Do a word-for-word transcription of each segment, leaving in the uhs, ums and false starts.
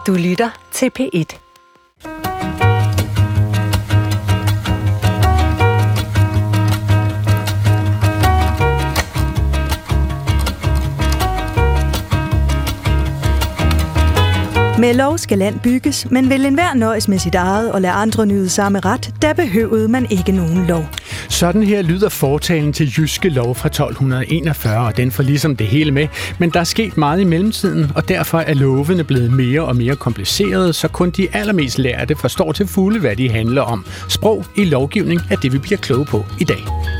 Du lytter til P et. Med lov skal land bygges, men vil enhver nøjes med sit eget og lade andre nyde samme ret, der behøvede man ikke nogen lov. Sådan her lyder fortalen til Jyske Lov fra tolv enogfyrre, og den får ligesom det hele med. Men der er sket meget i mellemtiden, og derfor er lovene blevet mere og mere komplicerede, så kun de allermest lærte forstår til fulde, hvad de handler om. Sprog i lovgivning er det, vi bliver kloge på i dag.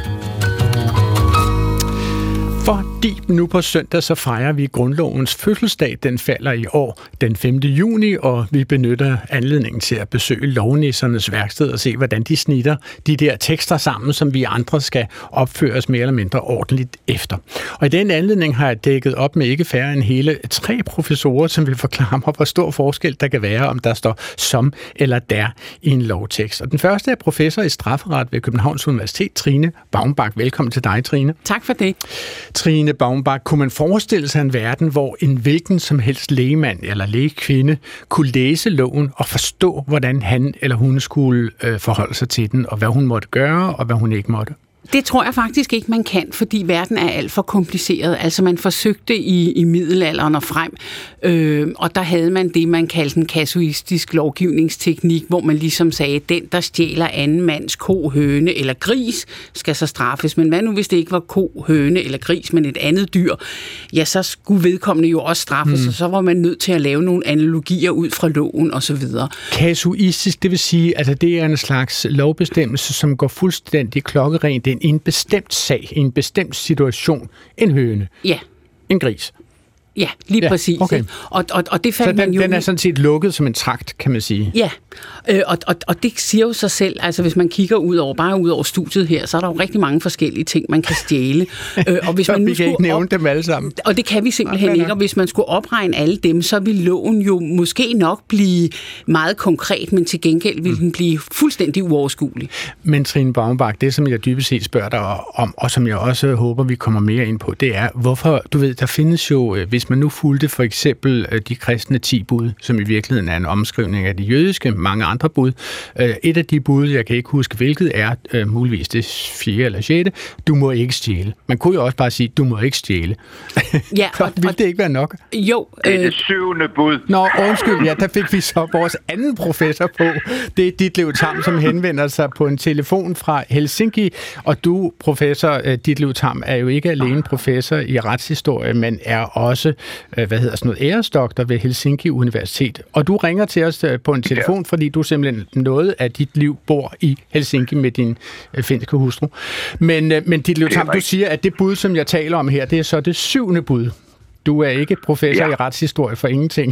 Fordi nu på søndag så fejrer vi grundlovens fødselsdag. Den falder i år den femte juni, og vi benytter anledningen til at besøge lovnissernes værksted og se, hvordan de snitter de der tekster sammen, som vi andre skal opføres mere eller mindre ordentligt efter. Og i den anledning har jeg dækket op med ikke færre end hele tre professorer, som vil forklare mig, hvor stor forskel der kan være, om der står som eller der i en lovtekst. Og den første er professor i strafferet ved Københavns Universitet, Trine Baumbach. Velkommen til dig, Trine. Tak for det. Trine Baumbach, kunne man forestille sig en verden, hvor en hvilken som helst lægemand eller lægekvinde kunne læse loven og forstå, hvordan han eller hun skulle øh, forholde sig til den, og hvad hun måtte gøre, og hvad hun ikke måtte? Det tror jeg faktisk ikke, man kan, fordi verden er alt for kompliceret. Altså man forsøgte i, i middelalderen og frem, øh, og der havde man det, man kaldte en kasuistisk lovgivningsteknik, hvor man ligesom sagde, den, der stjæler anden mands ko, høne eller gris, skal så straffes. Men hvad nu, hvis det ikke var ko, høne eller gris, men et andet dyr? Ja, så skulle vedkommende jo også straffes, mm. og så var man nødt til at lave nogle analogier ud fra loven osv. Kasuistisk, det vil sige, altså det er en slags lovbestemmelse, som går fuldstændig klokkerent i en bestemt sag, i en bestemt situation, en høne, ja. En gris. Ja, lige ja, præcis. Okay. Og, og, og det fandt så den, man jo... den er sådan set lukket som en trakt, kan man sige. Ja, øh, og, og, og det siger jo sig selv, altså hvis man kigger ud over, bare ud over studiet her, så er der jo rigtig mange forskellige ting, man kan stjæle. øh, og hvis man nu vi kan ikke nævne op... dem alle sammen. Og det kan vi simpelthen okay, ikke, og hvis man skulle opregne alle dem, så ville loven jo måske nok blive meget konkret, men til gengæld ville mm. den blive fuldstændig uoverskuelig. Men Trine Baumbach, det som jeg dybest set spørger dig om, og som jeg også håber, vi kommer mere ind på, det er, hvorfor, du ved, der findes jo, hvis man nu fulgte for eksempel de kristne ti bud, som i virkeligheden er en omskrivning af de jødiske, mange andre bud. Et af de bud, jeg kan ikke huske hvilket, er muligvis det fjerde eller sjette, du må ikke stjæle. Man kunne jo også bare sige, du må ikke stjæle. Ja, og, Vil det ikke være nok? Jo. Øh... Det er det syvende bud. Nå, undskyld, ja, der fik vi så vores anden professor på. Det er Ditlev Tamm, som henvender sig på en telefon fra Helsinki, og du, professor Ditlev Tamm, er jo ikke alene professor i retshistorie, men er også hvad hedder sådan noget, æresdoktor ved Helsinki Universitet. Og du ringer til os på en telefon, ja. Fordi du simpelthen noget af dit liv bor i Helsinki med din øh, finske hustru. Men, øh, men Ditlev Tamm, du siger, at det bud, som jeg taler om her, det er så det syvende bud. Du er ikke professor ja. i retshistorie for ingenting.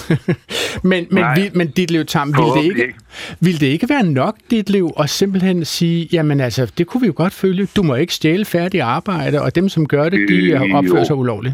men, men, vi, men Ditlev Tamm, ville det ikke, ville det ikke være nok, Ditlev, at simpelthen sige, jamen altså, det kunne vi jo godt følge. Du må ikke stjæle færdig arbejde, og dem, som gør det, de øh, opfører sig ulovligt.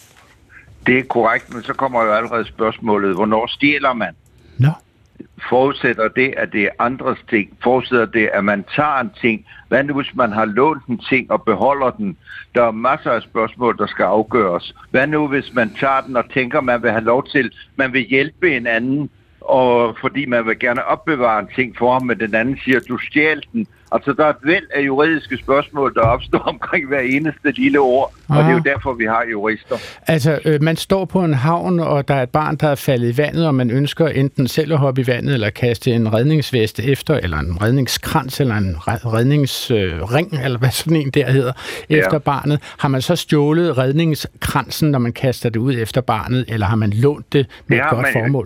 Det er korrekt, men så kommer jo allerede spørgsmålet, hvornår stjæler man? Nå. Forudsætter det, at det er andres ting? Forudsætter det, at man tager en ting? Hvad nu, hvis man har lånt en ting og beholder den? Der er masser af spørgsmål, der skal afgøres. Hvad nu, hvis man tager den og tænker, man vil have lov til, man vil hjælpe en anden, og fordi man vil gerne opbevare en ting for ham, men den anden siger, at du stjal den. Altså, der er et væld af juridiske spørgsmål, der opstår omkring hver eneste lille ord, og det er jo derfor, vi har jurister. Altså, øh, man står på en havn, og der er et barn, der er faldet i vandet, og man ønsker enten selv at hoppe i vandet, eller kaste en redningsvest efter, eller en redningskrans, eller en redningsring, øh, eller hvad sådan en der hedder, efter ja. barnet. Har man så stjålet redningskransen, når man kaster det ud efter barnet, eller har man lånt det med det et godt man... formål?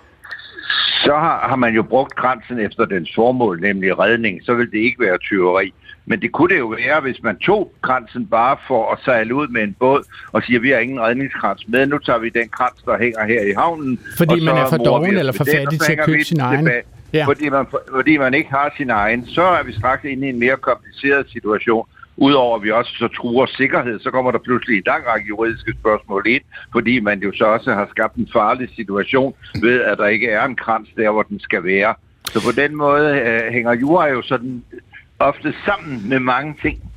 Så har, har man jo brugt kransen efter dens formål, nemlig redning, så vil det ikke være tyveri. Men det kunne det jo være, hvis man tog kransen bare for at sejle ud med en båd og siger, vi har ingen redningskrans med, nu tager vi den krans, der hænger her i havnen. Fordi man er for doven eller for fattig til at købe sin egen. Ja. Fordi, man, fordi man ikke har sin egen, så er vi straks inde i en mere kompliceret situation. Udover at vi også så truer sikkerhed, så kommer der pludselig en lang række juridiske spørgsmål ind, fordi man jo så også har skabt en farlig situation ved, at der ikke er en krans der, hvor den skal være. Så på den måde øh, hænger jura jo sådan ofte sammen med mange ting, ja.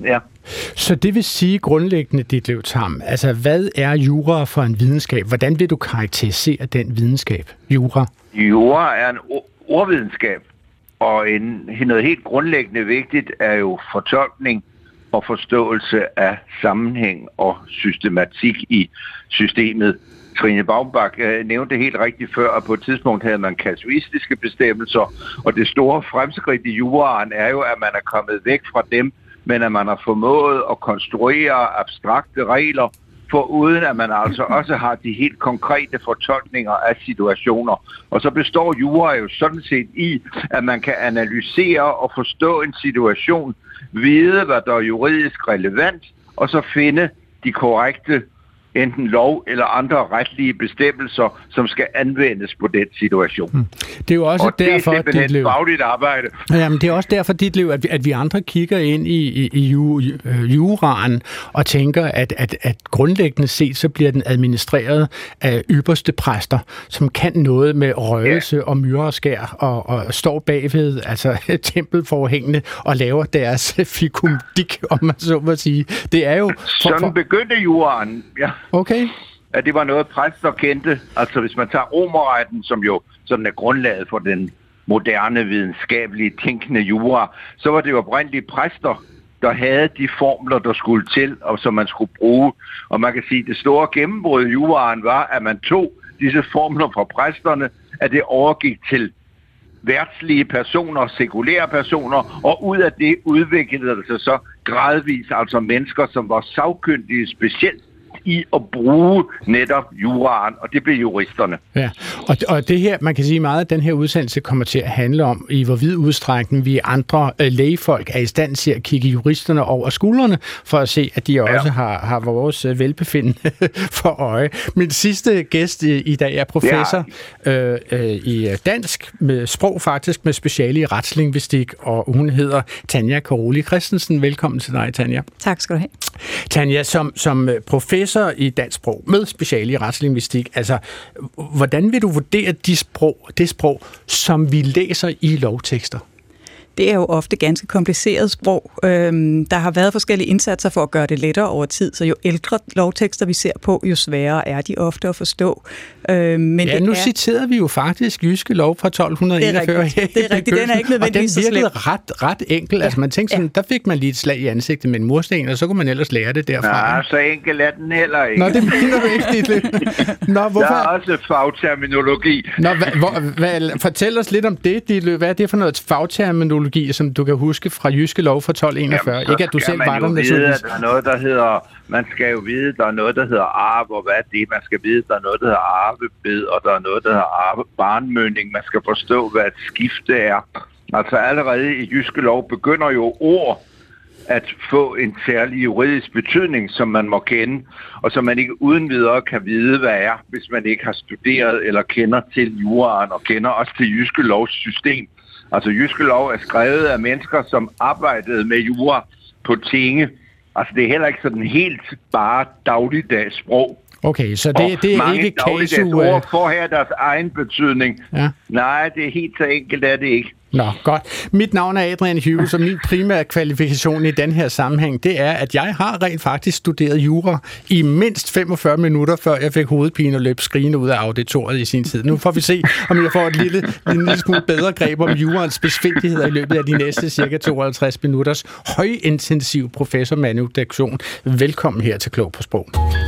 Så det vil sige grundlæggende, Ditlev Tamm, altså hvad er jura for en videnskab? Hvordan vil du karakterisere den videnskab, jura? Jura er en ordvidenskab, og en, noget helt grundlæggende vigtigt er jo fortolkning og forståelse af sammenhæng og systematik i systemet. Trine Baumbach nævnte helt rigtigt før, at på et tidspunkt havde man kasuistiske bestemmelser, og det store fremskridt i juraen er jo, at man er kommet væk fra dem, men at man har formået at konstruere abstrakte regler, foruden at man altså også har de helt konkrete fortolkninger af situationer. Og så består jura jo sådan set i, at man kan analysere og forstå en situation, vide, hvad der er juridisk relevant, og så finde de korrekte enten lov eller andre retlige bestemmelser, som skal anvendes på den situation. Hmm. Det er jo også og derfor, det er simpelthen et fagligt arbejde. Jamen, det er også derfor, Ditlev, at vi, at vi andre kigger ind i, i, i ju, juraen og tænker, at, at, at grundlæggende set, så bliver den administreret af ypperste præster, som kan noget med røgelse ja. og myreskær og, og står bagved altså tempelforhængende og laver deres fikumdik, om man så må sige. Det er jo... For, Sådan for... begyndte juraen, ja. Okay. At det var noget, præster kendte. Altså hvis man tager romerretten, som jo sådan er grundlaget for den moderne, videnskabelige, tænkende jura, så var det jo oprindeligt præster, der havde de formler, der skulle til, og som man skulle bruge. Og man kan sige, at det store gennembrud i juraen var, at man tog disse formler fra præsterne, at det overgik til værtslige personer, sekulære personer, og ud af det udviklede det sig så gradvist, altså mennesker, som var sagkyndige specielt i at bruge netop juraen, og det blev juristerne. Ja, og, og det her, man kan sige meget, at den her udsendelse kommer til at handle om, i hvor vid udstrækning vi andre øh, lægefolk er i stand til at kigge juristerne over skuldrene, for at se, at de også ja. har, har vores øh, velbefindende for øje. Min sidste gæst i, i dag er professor ja. øh, øh, i dansk, med sprog faktisk, med speciale i retslingvistik, og hun hedder Tanja Caroli Christensen. Velkommen til dig, Tanja. Tak skal du have. Tanja, som, som professor i dansk sprog med speciale i retslingvistik, altså, hvordan vil du vurdere de sprog, det sprog, som vi læser i lovtekster? Det er jo ofte ganske kompliceret sprog. Øhm, der har været forskellige indsatser for at gøre det lettere over tid, så jo ældre lovtekster vi ser på, jo sværere er de ofte at forstå. Øhm, men ja, det nu er... citerede vi jo faktisk Jyske Lov fra tolv enogfyrre. Det er rigtigt, det er rigtigt. Den er ikke nødvendigvis så slem. Og den virkede ret, ret enkel. Ja. Altså man tænkte sådan, ja. der fik man lige et slag i ansigtet med en mursten, og så kunne man ellers lære det derfra. Nej, så enkel er den heller ikke. Nå, det mener du ikke, Ditlev. Nå, hvorfor? Der er også fagterminologi. Nå, hva, hvor, hva, fortæl os lidt om det, Ditlev. Hvad er det for noget fagterminologi, som du kan huske fra Jyske Lov fra tolv enogfyrre? Jamen, ikke at du selv var der naturligvis. Der er noget, der hedder, man skal jo vide, der er noget, der hedder arv, og hvad er det? Man skal vide, der er noget, der hedder arvebed, og der er noget, der hedder arve, barnmønning. Man skal forstå, hvad et skifte er. Altså allerede i Jyske Lov begynder jo ord at få en særlig juridisk betydning, som man må kende, og som man ikke uden videre kan vide, hvad er, hvis man ikke har studeret eller kender til juraen, og kender også til Jyske Lovs system. Altså Jyske Lov er skrevet af mennesker, som arbejdede med jura på tinge. Altså det er heller ikke sådan helt bare dagligdags sprog. Okay, så det, det er ikke kasu... Mange ord får her deres egen betydning. Ja. Nej, det er helt så enkelt, er det ikke. Nå, godt. Mit navn er Adrian Hughes, og min primære kvalifikation i den her sammenhæng, det er, at jeg har rent faktisk studeret jura i mindst femogfyrre minutter, før jeg fik hovedpine og løb skrigende ud af auditoriet i sin tid. Nu får vi se, om jeg får et lille, en lille smule bedre greb om jurans spidsfindigheder i løbet af de næste cirka tooghalvtreds minutters højintensiv professormanuduktion. Velkommen her til Klog på Sprog.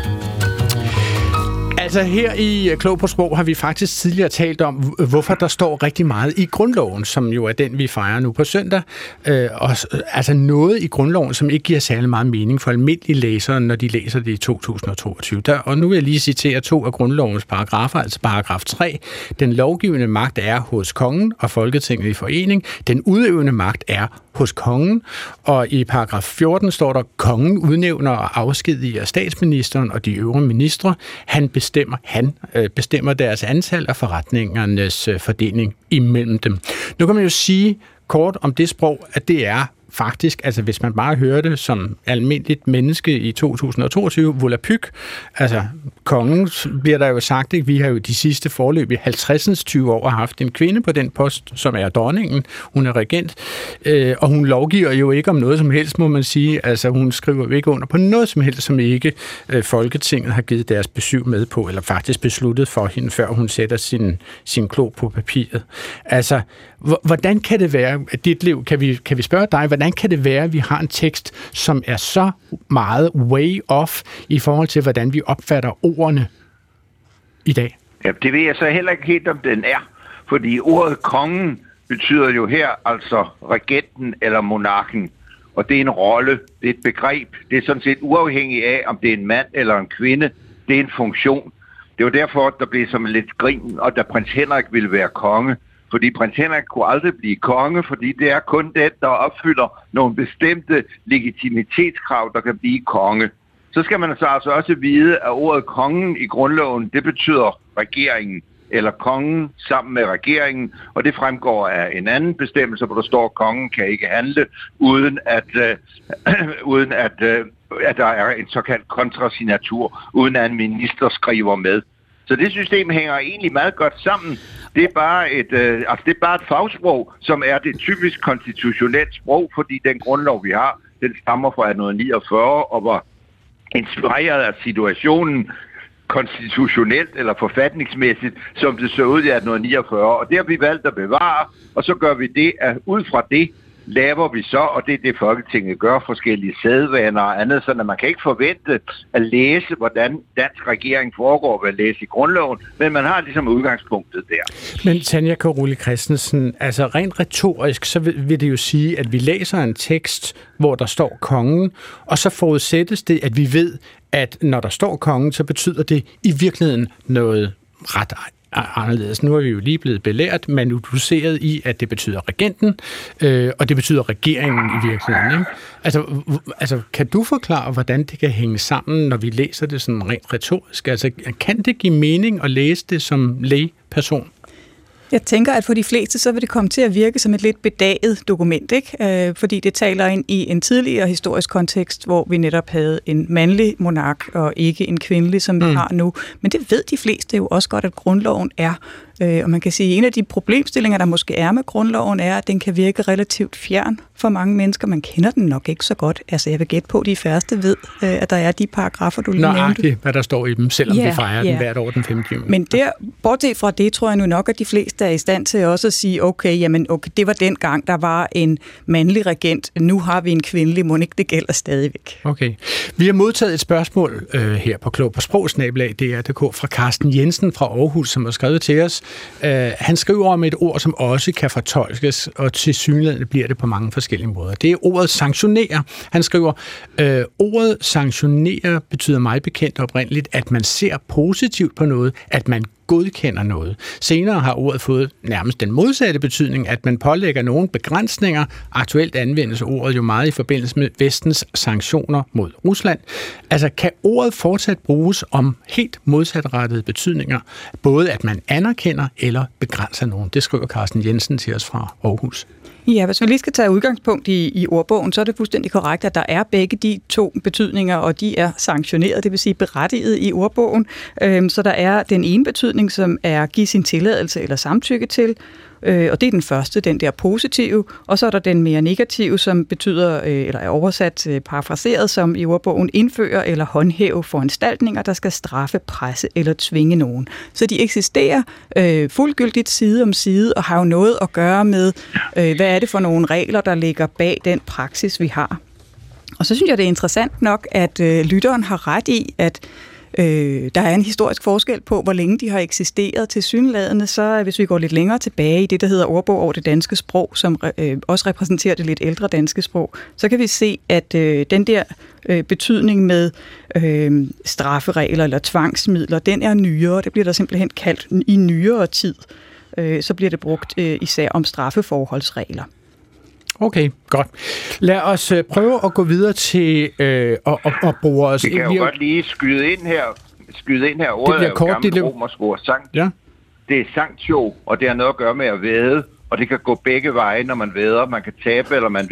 Altså her i Klog på Sprog har vi faktisk tidligere talt om, hvorfor der står rigtig meget i grundloven, som jo er den, vi fejrer nu på søndag. Øh, og, altså noget i grundloven, som ikke giver særlig meget mening for almindelige læsere, når de læser det i to tusind og toogtyve. Der, og nu vil jeg lige citere to af grundlovens paragrafer, altså paragraf tre. Den lovgivende magt er hos kongen og Folketinget i forening. Den udøvende magt er hos kongen. Og i paragraf fjorten står der, kongen udnævner og afskediger statsministeren og de øvrige ministre. Han bestemmer Han øh, bestemmer deres antal og forretningernes øh, fordeling imellem dem. Nu kan man jo sige kort om det sprog, at det er faktisk, altså hvis man bare hører det som almindeligt menneske i to tusind og toogtyve, volapyk, altså kongen bliver der jo sagt, ikke? Vi har jo de sidste forløb i halvtredsens tyve år haft en kvinde på den post, som er dronningen. Hun er regent, øh, og hun lovgiver jo ikke om noget som helst, må man sige. Altså hun skriver jo ikke under på noget som helst, som ikke øh, Folketinget har givet deres besøg med på, eller faktisk besluttet for hende, før hun sætter sin, sin klo på papiret. Altså, hvordan kan det være, Ditlev, kan vi, kan vi spørge dig, hvordan kan det være, at vi har en tekst, som er så meget way off i forhold til, hvordan vi opfatter ordene i dag? Ja, det ved jeg så heller ikke helt, om den er. Fordi ordet kongen betyder jo her altså regenten eller monarken. Og det er en rolle, det er et begreb. Det er sådan set uafhængigt af, om det er en mand eller en kvinde. Det er en funktion. Det var derfor, der blev som lidt grin, og da prins Henrik ville være konge. Fordi prins Henrik kunne aldrig blive konge, fordi det er kun den, der opfylder nogle bestemte legitimitetskrav, der kan blive konge. Så skal man så altså også vide, at ordet kongen i grundloven, det betyder regeringen, eller kongen sammen med regeringen, og det fremgår af en anden bestemmelse, hvor der står, at kongen kan ikke handle, uden at, øh, uden at, øh, at der er en såkaldt kontrasignatur, uden at en minister skriver med. Så det system hænger egentlig meget godt sammen. Det er bare et, øh, altså det er bare et fagsprog, som er det typisk konstitutionelt sprog, fordi den grundlov, vi har, den stammer fra atten niogfyrre og var inspireret af situationen konstitutionelt eller forfatningsmæssigt, som det så ud i atten niogfyrre. Og det har vi valgt at bevare, og så gør vi det, at ud fra det laver vi så, og det er det Folketinget gør, forskellige sædvaner og andet, så man kan ikke forvente at læse, hvordan dansk regering foregår ved at læse i grundloven, men man har ligesom udgangspunktet der. Men Tanja Caroli Christensen, altså rent retorisk, så vil det jo sige, at vi læser en tekst, hvor der står kongen, og så forudsættes det, at vi ved, at når der står kongen, så betyder det i virkeligheden noget ret anderledes. Nu er vi jo lige blevet belært, manipuleret i, at det betyder regenten, øh, og det betyder regeringen i virkeligheden. Ikke? Altså, altså, kan du forklare, hvordan det kan hænge sammen, når vi læser det sådan rent retorisk? Altså, kan det give mening at læse det som lægeperson? Jeg tænker, at for de fleste, så vil det komme til at virke som et lidt bedaget dokument, ikke? Øh, fordi det taler ind i en tidligere historisk kontekst, hvor vi netop havde en mandlig monark og ikke en kvindelig, som vi mm. har nu. Men det ved de fleste jo også godt, at grundloven er. Øh, og man kan sige, at en af de problemstillinger, der måske er med grundloven, er, at den kan virke relativt fjern for mange mennesker. Man kender den nok ikke så godt. Altså, jeg vil gætte på, at de færreste ved, øh, at der er de paragrafer, du lige nævnte. Nøjagtigt, hvad der står i dem, selvom ja, vi fejrer ja. den hvert år den femte juni. Men der, bortset fra det, tror jeg nu nok, at de fleste er i stand til også at sige, okay, jamen, okay, det var den gang, der var en mandlig regent. Nu har vi en kvindelig, må ikke det gælder stadigvæk. Okay. Vi har modtaget et spørgsmål øh, her på Klog på Sprog, snabel-a D R punktum d k, fra Carsten Jensen fra Aarhus, som har skrevet til os. Uh, han skriver om et ord, som også kan fortolkes, og tilsyneladende bliver det på mange forskellige måder. Det er ordet sanktionere. Han skriver, uh, ordet sanktionere betyder meget bekendt oprindeligt, at man ser positivt på noget, at man godkender noget. Senere har ordet fået nærmest den modsatte betydning, at man pålægger nogle begrænsninger. Aktuelt anvendes ordet jo meget i forbindelse med vestens sanktioner mod Rusland. Altså, kan ordet fortsat bruges om helt modsatrettede betydninger, både at man anerkender eller begrænser nogen? Det skriver Carsten Jensen til os fra Aarhus. Ja, hvis man lige skal tage udgangspunkt i, i ordbogen, så er det fuldstændig korrekt, at der er begge de to betydninger, og de er sanktioneret, det vil sige berettiget i ordbogen. Øhm, så der er den ene betydning, som er at give sin tilladelse eller samtykke til, øh, og det er den første, den der positive, og så er der den mere negative, som betyder, øh, eller er oversat øh, parafraseret, som i ordbogen indfører eller håndhæve foranstaltninger, der skal straffe, presse eller tvinge nogen. Så de eksisterer øh, fuldgyldigt side om side, og har jo noget at gøre med, øh, hvad er det for nogle regler, der ligger bag den praksis, vi har. Og så synes jeg, det er interessant nok, at øh, lytteren har ret i, at Øh, der er en historisk forskel på, hvor længe de har eksisteret. Tilsyneladende, så hvis vi går lidt længere tilbage i det, der hedder Ordbog over det danske sprog, som øh, også repræsenterer det lidt ældre danske sprog, så kan vi se, at øh, den der øh, betydning med øh, strafferegler eller tvangsmidler, den er nyere. Det bliver der simpelthen kaldt i nyere tid. Øh, så bliver det brugt øh, især om straffeforholdsregler. Okay, godt. Lad os øh, prøve at gå videre til øh, at, at, at bruge os... Vi kan jo vi godt lige skyde ind her. Skyde ind her. Ordet det bliver kort, er jo gammelt romersk ord. Sankt. Ja. Det er sanktio, og det har noget at gøre med at væde, og det kan gå begge veje, når man væder. Man kan tabe, eller man vinder.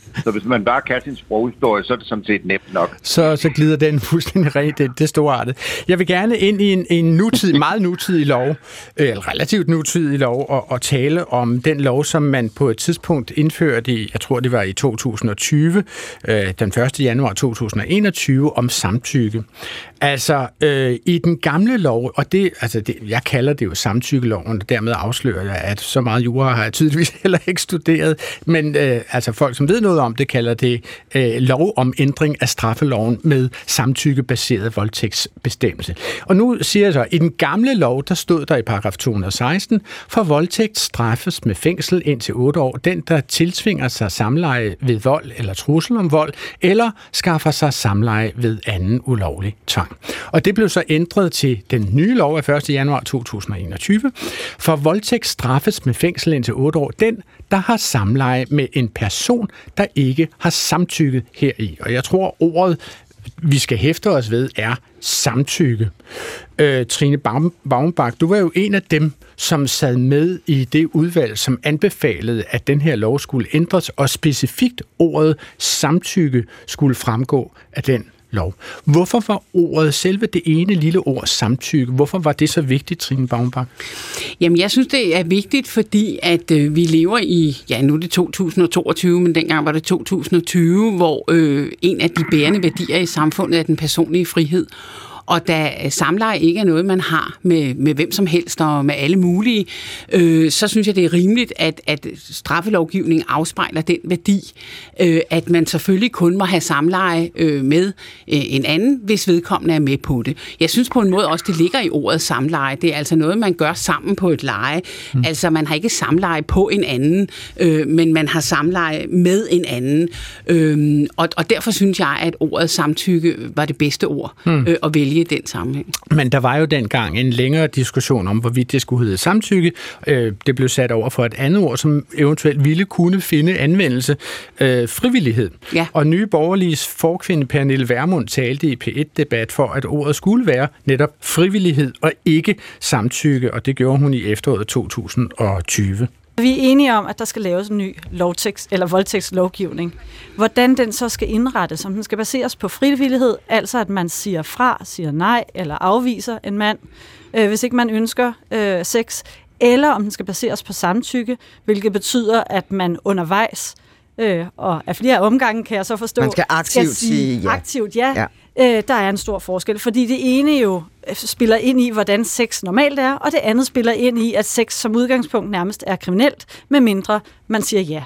Så hvis man bare kan sin sproghistorie, så er det sådan set nemt nok. Så, så glider den fuldstændig rent, det, det storartet. Jeg vil gerne ind i en, en nutid, meget nutidig lov, eller relativt nutidig lov, og, og tale om den lov, som man på et tidspunkt indførte i, jeg tror det var i to tusind og tyve, øh, den første januar to tusind og enogtyve, om samtykke. Altså, øh, i den gamle lov, og det, altså det, jeg kalder det jo samtykkeloven, og dermed afslører jeg, at så meget jura har jeg tydeligvis heller ikke studeret, men øh, altså folk, som ved noget om det, kalder det øh, lov om ændring af straffeloven med samtykkebaseret voldtægtsbestemmelse. Og nu siger jeg så, i den gamle lov, der stod der i paragraf to hundrede og seksten, for voldtægt straffes med fængsel indtil otte år, den der tiltvinger sig samleje ved vold eller trussel om vold, eller skaffer sig samleje ved anden ulovlig tvang. Og det blev så ændret til den nye lov af første januar to tusind og enogtyve. For voldtægt straffes med fængsel indtil otte år, den, der har samleje med en person, der ikke har samtykket heri. Og jeg tror, ordet, vi skal hæfte os ved, er samtykke. Øh, Trine Baumbach, du var jo en af dem, som sad med i det udvalg, som anbefalede, at den her lov skulle ændres, og specifikt ordet samtykke skulle fremgå af den lov. Hvorfor var ordet, selve det ene lille ord, samtykke, hvorfor var det så vigtigt, Trine Baumbach? Jamen, jeg synes, det er vigtigt, fordi at øh, vi lever i, ja, nu er det to tusind og toogtyve, men dengang var det to tusind og tyve, hvor øh, en af de bærende værdier i samfundet er den personlige frihed. Og da samleje ikke er noget, man har med, med hvem som helst og med alle mulige, øh, så synes jeg, det er rimeligt, at, at straffelovgivningen afspejler den værdi, øh, at man selvfølgelig kun må have samleje øh, med øh, en anden, hvis vedkommende er med på det. Jeg synes på en måde også, det ligger i ordet samleje. Det er altså noget, man gør sammen på et leje. Mm. Altså, man har ikke samleje på en anden, øh, men man har samleje med en anden. Øh, og, og derfor synes jeg, at ordet samtykke var det bedste ord mm. øh, at vælge i den sammenhæng. Men der var jo dengang en længere diskussion om, hvorvidt det skulle hedde samtykke. Det blev sat over for et andet ord, som eventuelt ville kunne finde anvendelse. Frivillighed. Ja. Og Nye Borgerliges forkvinde Pernille Vermund talte i P et-debat for, at ordet skulle være netop frivillighed og ikke samtykke, og det gjorde hun i efteråret to tusind og tyve. Vi er enige om, at der skal laves en ny lovtekst eller voldtægtslovgivning. Hvordan den så skal indrettes, om den skal baseres på frivillighed, altså at man siger fra, siger nej eller afviser en mand, øh, hvis ikke man ønsker øh, sex, eller om den skal baseres på samtykke, hvilket betyder, at man undervejs, øh, og af flere omgange kan jeg så forstå, man skal aktivt skal sige sige ja. Aktivt ja. ja. Øh, der er en stor forskel, fordi det ene jo spiller ind i, hvordan sex normalt er, og det andet spiller ind i, at sex som udgangspunkt nærmest er kriminelt, medmindre man siger ja.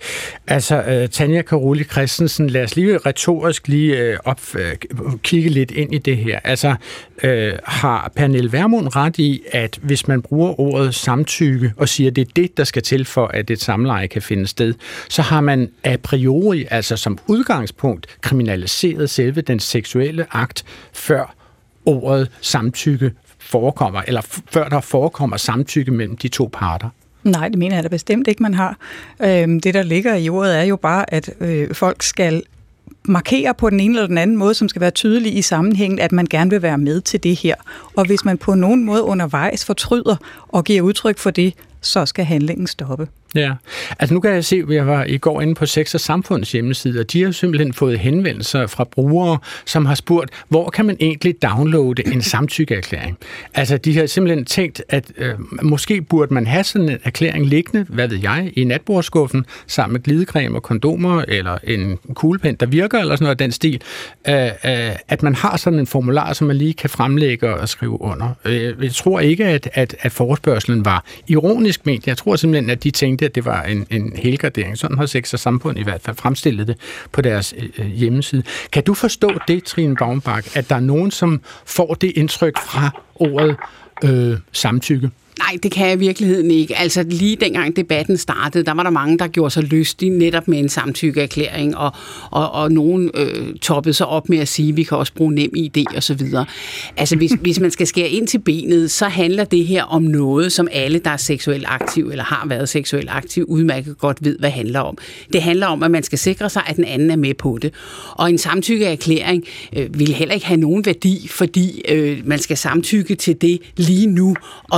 Altså, uh, Tanja Karoli Christensen, lad os lige retorisk lige uh, op, uh, kigge lidt ind i det her. Altså, uh, har Pernille Vermund ret i, at hvis man bruger ordet samtykke og siger, at det er det, der skal til for, at et samleje kan finde sted, så har man a priori, altså som udgangspunkt, kriminaliseret selve den seksuelle akt, før ordet samtykke forekommer, eller f- før der forekommer samtykke mellem de to parter. Nej, det mener jeg da bestemt ikke, man har. Øhm, det, der ligger i ordet, er jo bare, at øh, folk skal markere på den ene eller den anden måde, som skal være tydelig i sammenhængen, at man gerne vil være med til det her. Og hvis man på nogen måde undervejs fortryder og giver udtryk for det, så skal handlingen stoppe. Ja, altså nu kan jeg se, at jeg var i går inde på Sex og Samfunds hjemmeside, og de har simpelthen fået henvendelser fra brugere, som har spurgt, hvor kan man egentlig downloade en samtykkeerklæring? Altså de har simpelthen tænkt, at øh, måske burde man have sådan en erklæring liggende, hvad ved jeg, i natbordskuffen, sammen med glidecreme og kondomer, eller en kuglepen, der virker, eller sådan noget af den stil, øh, øh, at man har sådan en formular, som man lige kan fremlægge og skrive under. Øh, jeg tror ikke, at, at, at forespørgselen var ironisk ment. Jeg tror simpelthen, at de tænkte, at det var en, en helgardering. Sådan har Sex og Samfund i hvert fald fremstillet det på deres øh, hjemmeside. Kan du forstå det, Trine Baumbach, at der er nogen, som får det indtryk fra ordet øh, samtykke? Nej, det kan jeg i virkeligheden ikke. Altså lige dengang debatten startede, der var der mange, der gjorde sig lystige netop med en samtykkeerklæring, og, og, og nogen øh, toppede sig op med at sige, at vi kan også bruge nem I D og så videre. Altså hvis, hvis man skal skære ind til benet, så handler det her om noget, som alle, der er seksuelt aktiv eller har været seksuelt aktiv, udmærket godt ved, hvad det handler om. Det handler om, at man skal sikre sig, at den anden er med på det. Og en samtykkeerklæring øh, vil heller ikke have nogen værdi, fordi øh, man skal samtykke til det lige nu, og, og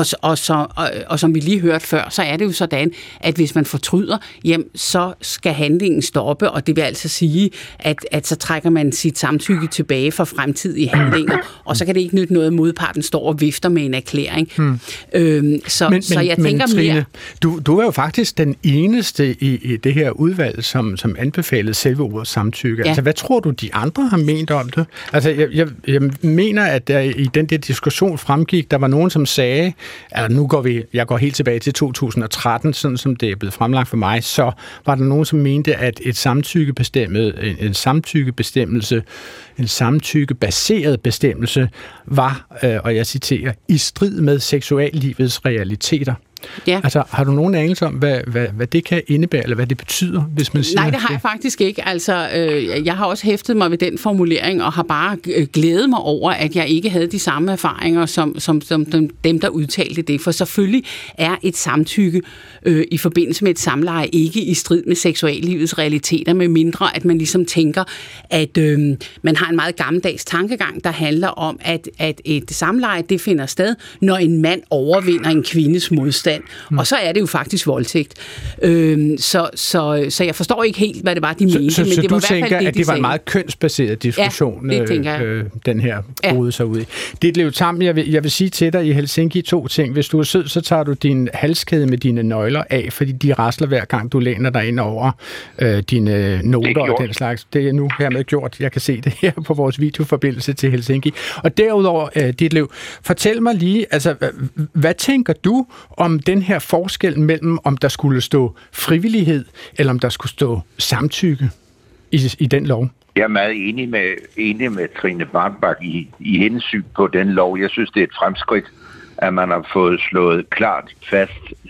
så, og, og som vi lige hørte før, så er det jo sådan, at hvis man fortryder, jamen, så skal handlingen stoppe, og det vil altså sige, at, at så trækker man sit samtykke tilbage for fremtidige handlinger, og så kan det ikke nytte noget, at modparten står og vifter med en erklæring. Hmm. Øhm, så, men, så jeg men, tænker men, Trine, mere... Du, du er jo faktisk den eneste i, i det her udvalg, som, som anbefalede selve ordet samtykke. Ja. Altså, hvad tror du, de andre har ment om det? Altså, jeg, jeg, jeg mener, at der i den der diskussion fremgik, der var nogen, som sagde, at nu går vi, jeg går helt tilbage til to tusind og tretten, sådan som det er blevet fremlagt for mig, så var der nogen, som mente, at et samtykkebestemmelse, en, en samtykkebestemmelse, en samtykkebaseret bestemmelse var, øh, og jeg citerer, i strid med seksuallivets realiteter. Ja. Altså, har du nogen anelse om, hvad, hvad, hvad det kan indebære, eller hvad det betyder, hvis man siger... Nej, det har jeg faktisk ikke. Altså, øh, jeg har også hæftet mig ved den formulering, og har bare glædet mig over, at jeg ikke havde de samme erfaringer, som, som, som dem, der udtalte det. For selvfølgelig er et samtykke øh, i forbindelse med et samleje ikke i strid med seksuallivets realiteter, med mindre at man ligesom tænker, at øh, man har en meget gammeldags tankegang, der handler om, at, at et samleje, det finder sted, når en mand overvinder en kvindes modstand. Mm. Og så er det jo faktisk voldtægt. Øhm, så, så, så jeg forstår ikke helt, hvad det var, de mente. Så, så, men så det du var i hvert fald tænker, det, at det var sagde. en meget kønsbaseret diskussion, ja, det tænker jeg. Øh, den her rode ja. sig ud i. Ditlev Tamm, jeg vil, jeg vil sige til dig i Helsinki to ting. Hvis du er sød, så tager du din halskæde med dine nøgler af, fordi de rasler hver gang, du læner dig ind over øh, dine noter og den slags. Det er nu hermed gjort. Jeg kan se det her på vores videoforbindelse til Helsinki. Og derudover, øh, Ditlev, fortæl mig lige, altså, hvad, hvad tænker du om den her forskel mellem, om der skulle stå frivillighed, eller om der skulle stå samtykke i, i den lov? Jeg er meget enig med, enig med Trine Barnbak i, i hendes syn på den lov. Jeg synes, det er et fremskridt, at man har fået slået klart fast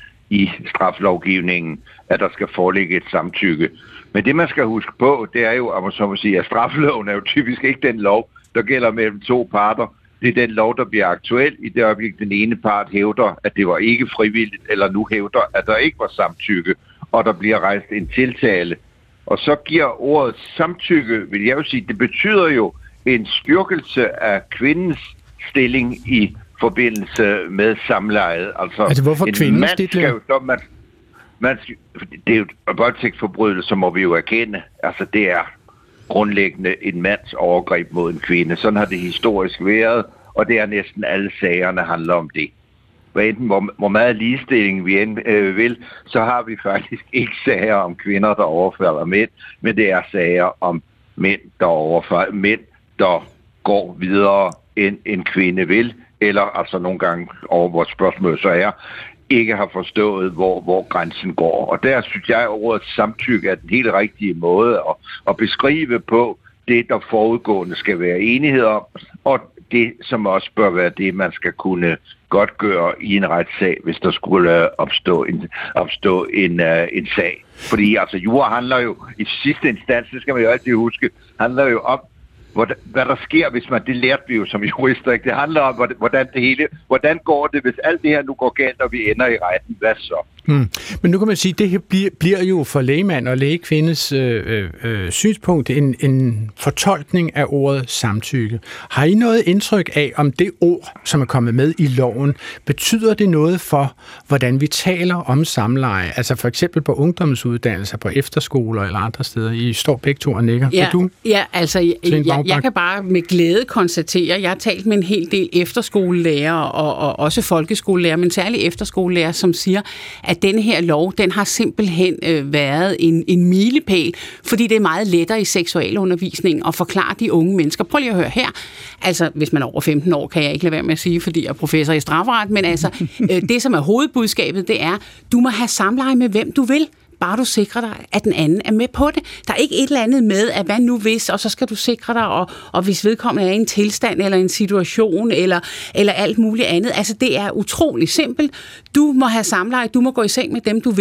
i straflovgivningen, at der skal foreligge et samtykke. Men det, man skal huske på, det er jo, at man så må sige, at strafloven er jo typisk ikke den lov, der gælder mellem to parter. Det er den lov, der bliver aktuel i det øjeblik, den ene part hævder, at det var ikke frivilligt, eller nu hævder, at der ikke var samtykke, og der bliver rejst en tiltale. Og så giver ordet samtykke, vil jeg jo sige, det betyder jo en styrkelse af kvindens stilling i forbindelse med samlejet. Altså, altså hvorfor kvindens stilling? Man, man, det er jo en voldtægtsforbrydelse, må vi jo erkende. Altså, det er grundlæggende en mands overgreb mod en kvinde. Sådan har det historisk været, og det er næsten alle sagerne handler om det. Hvad enten hvor, hvor meget ligestilling vi end øh, vil, så har vi faktisk ikke sager om kvinder, der overfalder mænd, men det er sager om mænd, der overfalder mænd, der går videre end en kvinde vil, eller altså nogle gange over vores spørgsmål så er, ikke har forstået, hvor, hvor grænsen går. Og der synes jeg, at ordet samtykke er den helt rigtige måde at, at beskrive på det, der forudgående skal være enighed om, og det, som også bør være det, man skal kunne godtgøre i en retssag, hvis der skulle opstå en, opstå en, uh, en sag. Fordi altså, jura handler jo i sidste instans, det skal man jo altid huske, handler jo om, hvad der sker, hvis man, det lærte vi jo som jurister, ikke? Det handler om, hvordan det hele, hvordan går det, hvis alt det her nu går galt, og vi ender i retten, hvad så? Hmm. Men nu kan man sige, at det her bliver, bliver jo for lægemand og lægekvindes øh, øh, synspunkt en, en fortolkning af ordet samtykke. Har I noget indtryk af, om det ord, som er kommet med i loven, betyder det noget for, hvordan vi taler om samleje? Altså for eksempel på ungdomsuddannelser, på efterskoler eller andre steder. I står begge to og nikker. Ja, du? ja altså jeg, jeg, jeg kan bare med glæde konstatere, jeg har talt med en hel del efterskolelærer og, og også folkeskolelærer, men særligt efterskolelærer, som siger, at denne her lov, den har simpelthen øh, været en, en milepæl, fordi det er meget lettere i seksualundervisningen at forklare de unge mennesker. Prøv lige at høre her. Altså, hvis man er over femten år, kan jeg ikke lade være med at sige, fordi jeg er professor i strafferet, men altså, øh, det som er hovedbudskabet, det er, du må have samleje med hvem du vil. Bare du sikrer dig, at den anden er med på det. Der er ikke et eller andet med, at hvad nu hvis, og så skal du sikre dig, og, og hvis vedkommende er i en tilstand, eller en situation, eller, eller alt muligt andet. Altså, det er utrolig simpelt. Du må have samleje, du må gå i seng med dem, du vil.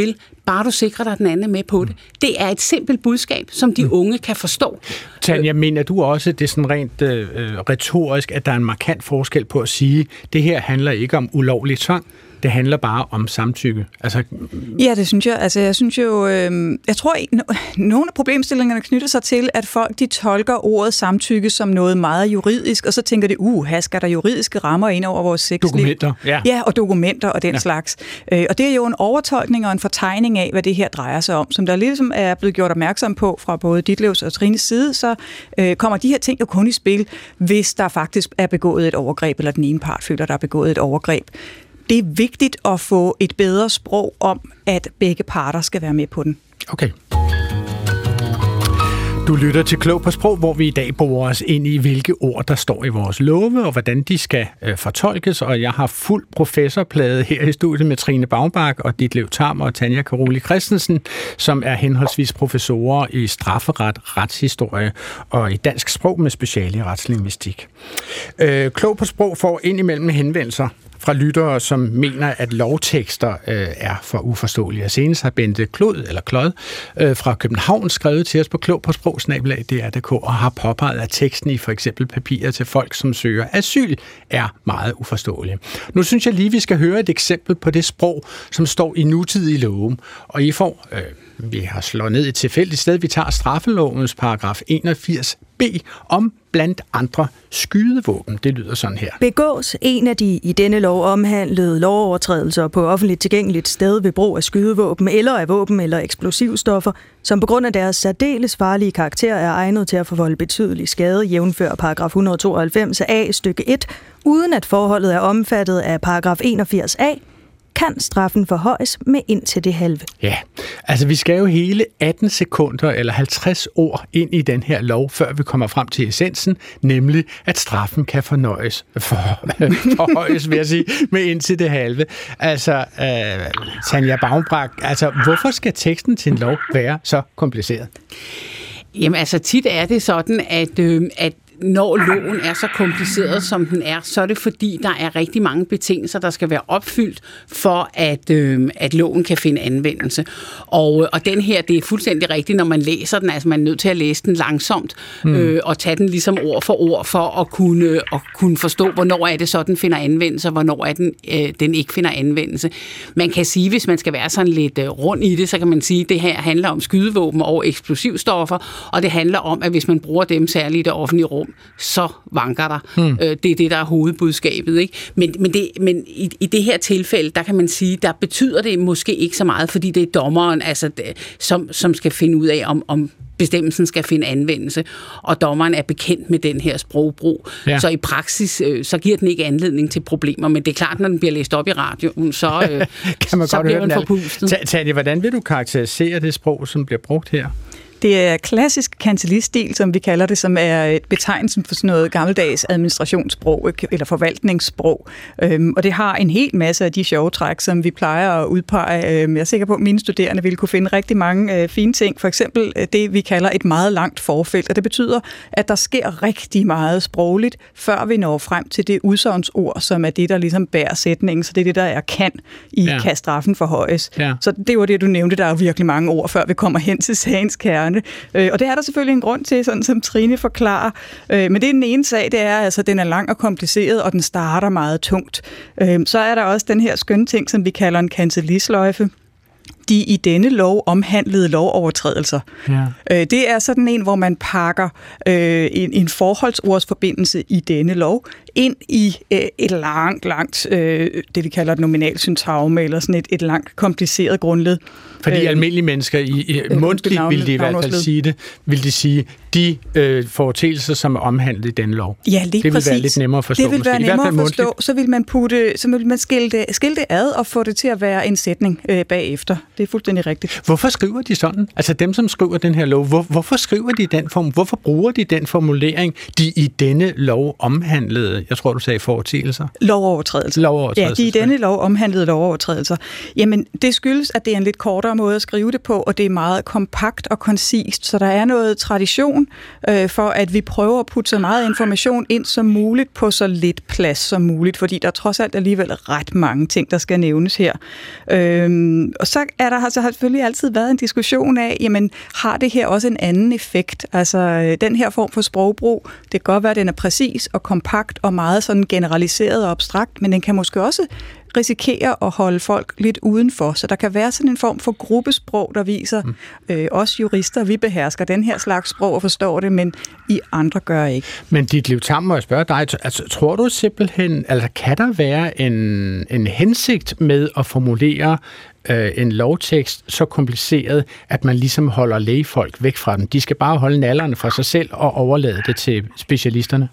bare du sikrer dig, at den anden er med på det. Det er et simpelt budskab, som de unge kan forstå. Tanja, mener du også, det er sådan rent øh, retorisk, at der er en markant forskel på at sige, at det her handler ikke om ulovlig tvang, det handler bare om samtykke? Altså... Ja, det synes jeg. Altså, jeg synes jo, øh, jeg tror, no- nogle af problemstillingerne knytter sig til, at folk, de tolker ordet samtykke som noget meget juridisk, og så tænker de, uh, her skal der juridiske rammer ind over vores sexliv. Dokumenter, ja. Ja, og dokumenter og den ja. slags. Øh, og det er jo en overtolkning og en fortegning af, hvad det her drejer sig om. Som der ligesom er blevet gjort opmærksom på fra både Ditlevs og Trines side, så øh, kommer de her ting jo kun i spil, hvis der faktisk er begået et overgreb, eller den ene part føler, der er begået et overgreb. Det er vigtigt at få et bedre sprog om, at begge parter skal være med på den. Okay. Du lytter til Klog på Sprog, hvor vi i dag borer os ind i, hvilke ord, der står i vores love, og hvordan de skal øh, fortolkes. Og jeg har fuld professorplade her i studiet med Trine Baumbach og Ditlev Tamm og Tanja Karoli Christensen, som er henholdsvis professorer i strafferet, retshistorie og i dansk sprog med speciale i retslingvistik. Øh, Klog på Sprog får indimellem henvendelser fra lyttere, som mener, at lovtekster øh, er for uforståelige. Senest har Bente Klod, eller Klod, øh, fra København skrevet til os på klog på sprog snabel-a d r punktum d k og har påpeget, at teksten i for eksempel papirer til folk, som søger asyl, er meget uforståelig. Nu synes jeg lige, vi skal høre et eksempel på det sprog, som står i nutidige love. Og I får, øh, vi har slået ned i et tilfældigt sted, vi tager straffelovens paragraf enogfirs b om blandt andre skydevåben. Det lyder sådan her. Begås en af de i denne lov omhandlede lovovertrædelser på offentligt tilgængeligt sted ved brug af skydevåben eller af våben eller eksplosivstoffer, som på grund af deres særdeles farlige karakter er egnet til at forvolde betydelig skade, jævnfør paragraf et hundrede og tooghalvfems a stykke et, uden at forholdet er omfattet af paragraf enogfirs a, kan straffen forhøjes med indtil det halve. Ja, altså vi skal jo hele atten sekunder eller halvtreds ord ind i den her lov, før vi kommer frem til essensen, nemlig at straffen kan fornøjes, for, forhøjes, vil jeg sige, med indtil det halve. Altså, øh, Tanja Baumbach, altså hvorfor skal teksten til en lov være så kompliceret? Jamen altså tit er det sådan, at, øh, at når loven er så kompliceret, som den er, så er det fordi, der er rigtig mange betingelser, der skal være opfyldt, for at, øh, at loven kan finde anvendelse. Og, og den her, det er fuldstændig rigtigt, når man læser den, altså man er nødt til at læse den langsomt, mm. øh, og tage den ligesom ord for ord, for at kunne, at kunne forstå, hvornår er det så, den finder anvendelse, og hvornår er den, øh, den ikke finder anvendelse. Man kan sige, hvis man skal være sådan lidt øh, rund i det, så kan man sige, at det her handler om skydevåben og eksplosivstoffer, og det handler om, at hvis man bruger dem særligt i det offentlige rum, så vanker der. Hmm. Øh, det er det, der er hovedbudskabet. Ikke? Men, men, det, men i, i det her tilfælde, der kan man sige, der betyder det måske ikke så meget, fordi det er dommeren, altså, det, som, som skal finde ud af, om, om bestemmelsen skal finde anvendelse, og dommeren er bekendt med den her sprogbrug. Ja. Så i praksis, øh, så giver den ikke anledning til problemer, men det er klart, når den bliver læst op i radioen, så, øh, kan man så godt bliver høre man forpustet. Tanja, hvordan vil du karakterisere det sprog, som bliver brugt her? Det er klassisk kancellistil, som vi kalder det, som er et betegnelse for sådan noget gammeldags administrationssprog eller forvaltningssprog. Øhm, og det har en hel masse af de sjove træk, som vi plejer at udpege. Øhm, jeg er sikker på, at mine studerende vil kunne finde rigtig mange øh, fine ting. For eksempel det, vi kalder et meget langt forfelt. Og det betyder, at der sker rigtig meget sprogligt, før vi når frem til det udsagnsord, som er det, der ligesom bærer sætningen. Så det er det, der er kan i ja. Kan straffen forhøjes. Ja. Så det var det, du nævnte. Der er virkelig mange ord, før vi kommer hen til sagens kerne. Og det er der selvfølgelig en grund til, sådan som Trine forklarer. Men det er den ene sag, det er, altså, den er lang og kompliceret, og den starter meget tungt. Så er der også den her skønne ting, som vi kalder en kancellisløjfe. De i denne lov omhandlede lovovertrædelser. Ja. Det er sådan en, hvor man pakker øh, en, en forholdsordsforbindelse i denne lov ind i øh, et langt, langt, øh, det vi kalder et nominalsyntagme, eller sådan et, et langt kompliceret grundled. Fordi øh, almindelige mennesker, i, i mundtligt vil de i hvert fald sige det, vil de sige, de øh, foreteelser, som er omhandlet i denne lov. Ja, lige det vil præcis. være lidt nemmere at forstå. Det vil måske. være nemmere at forstå, så vil man putte, så vil man skille det, skille det ad og få det til at være en sætning øh, bagefter. Det er fuldstændig rigtigt. Hvorfor skriver de sådan? Altså dem, som skriver den her lov, hvor, hvorfor skriver de den form? Hvorfor bruger de den formulering, de i denne lov omhandlede, jeg tror, du sagde foreteelser? Lovovertrædelser. Lovovertrædelser. Ja, de i denne lov omhandlede lovovertrædelser. Jamen, det skyldes, at det er en lidt kortere måde at skrive det på, og det er meget kompakt og koncist, så der er noget tradition øh, for, at vi prøver at putte så meget information ind som muligt på så lidt plads som muligt, fordi der er trods alt alligevel ret mange ting, der skal nævnes her. Øhm, og så er er der altså, har selvfølgelig altid været en diskussion af, jamen, har det her også en anden effekt? Altså, den her form for sprogbrug, det kan godt være, at den er præcis og kompakt og meget sådan generaliseret og abstrakt, men den kan måske også risikere at holde folk lidt udenfor. Så der kan være sådan en form for gruppesprog, der viser, mm. øh, os jurister, vi behersker den her slags sprog og forstår det, men I andre gør ikke. Men Ditlev Tamm, må jeg spørge dig, altså, tror du simpelthen, altså kan der være en, en hensigt med at formulere øh, en lovtekst så kompliceret, at man ligesom holder lægefolk væk fra den? De skal bare holde nallerne for sig selv og overlade det til specialisterne?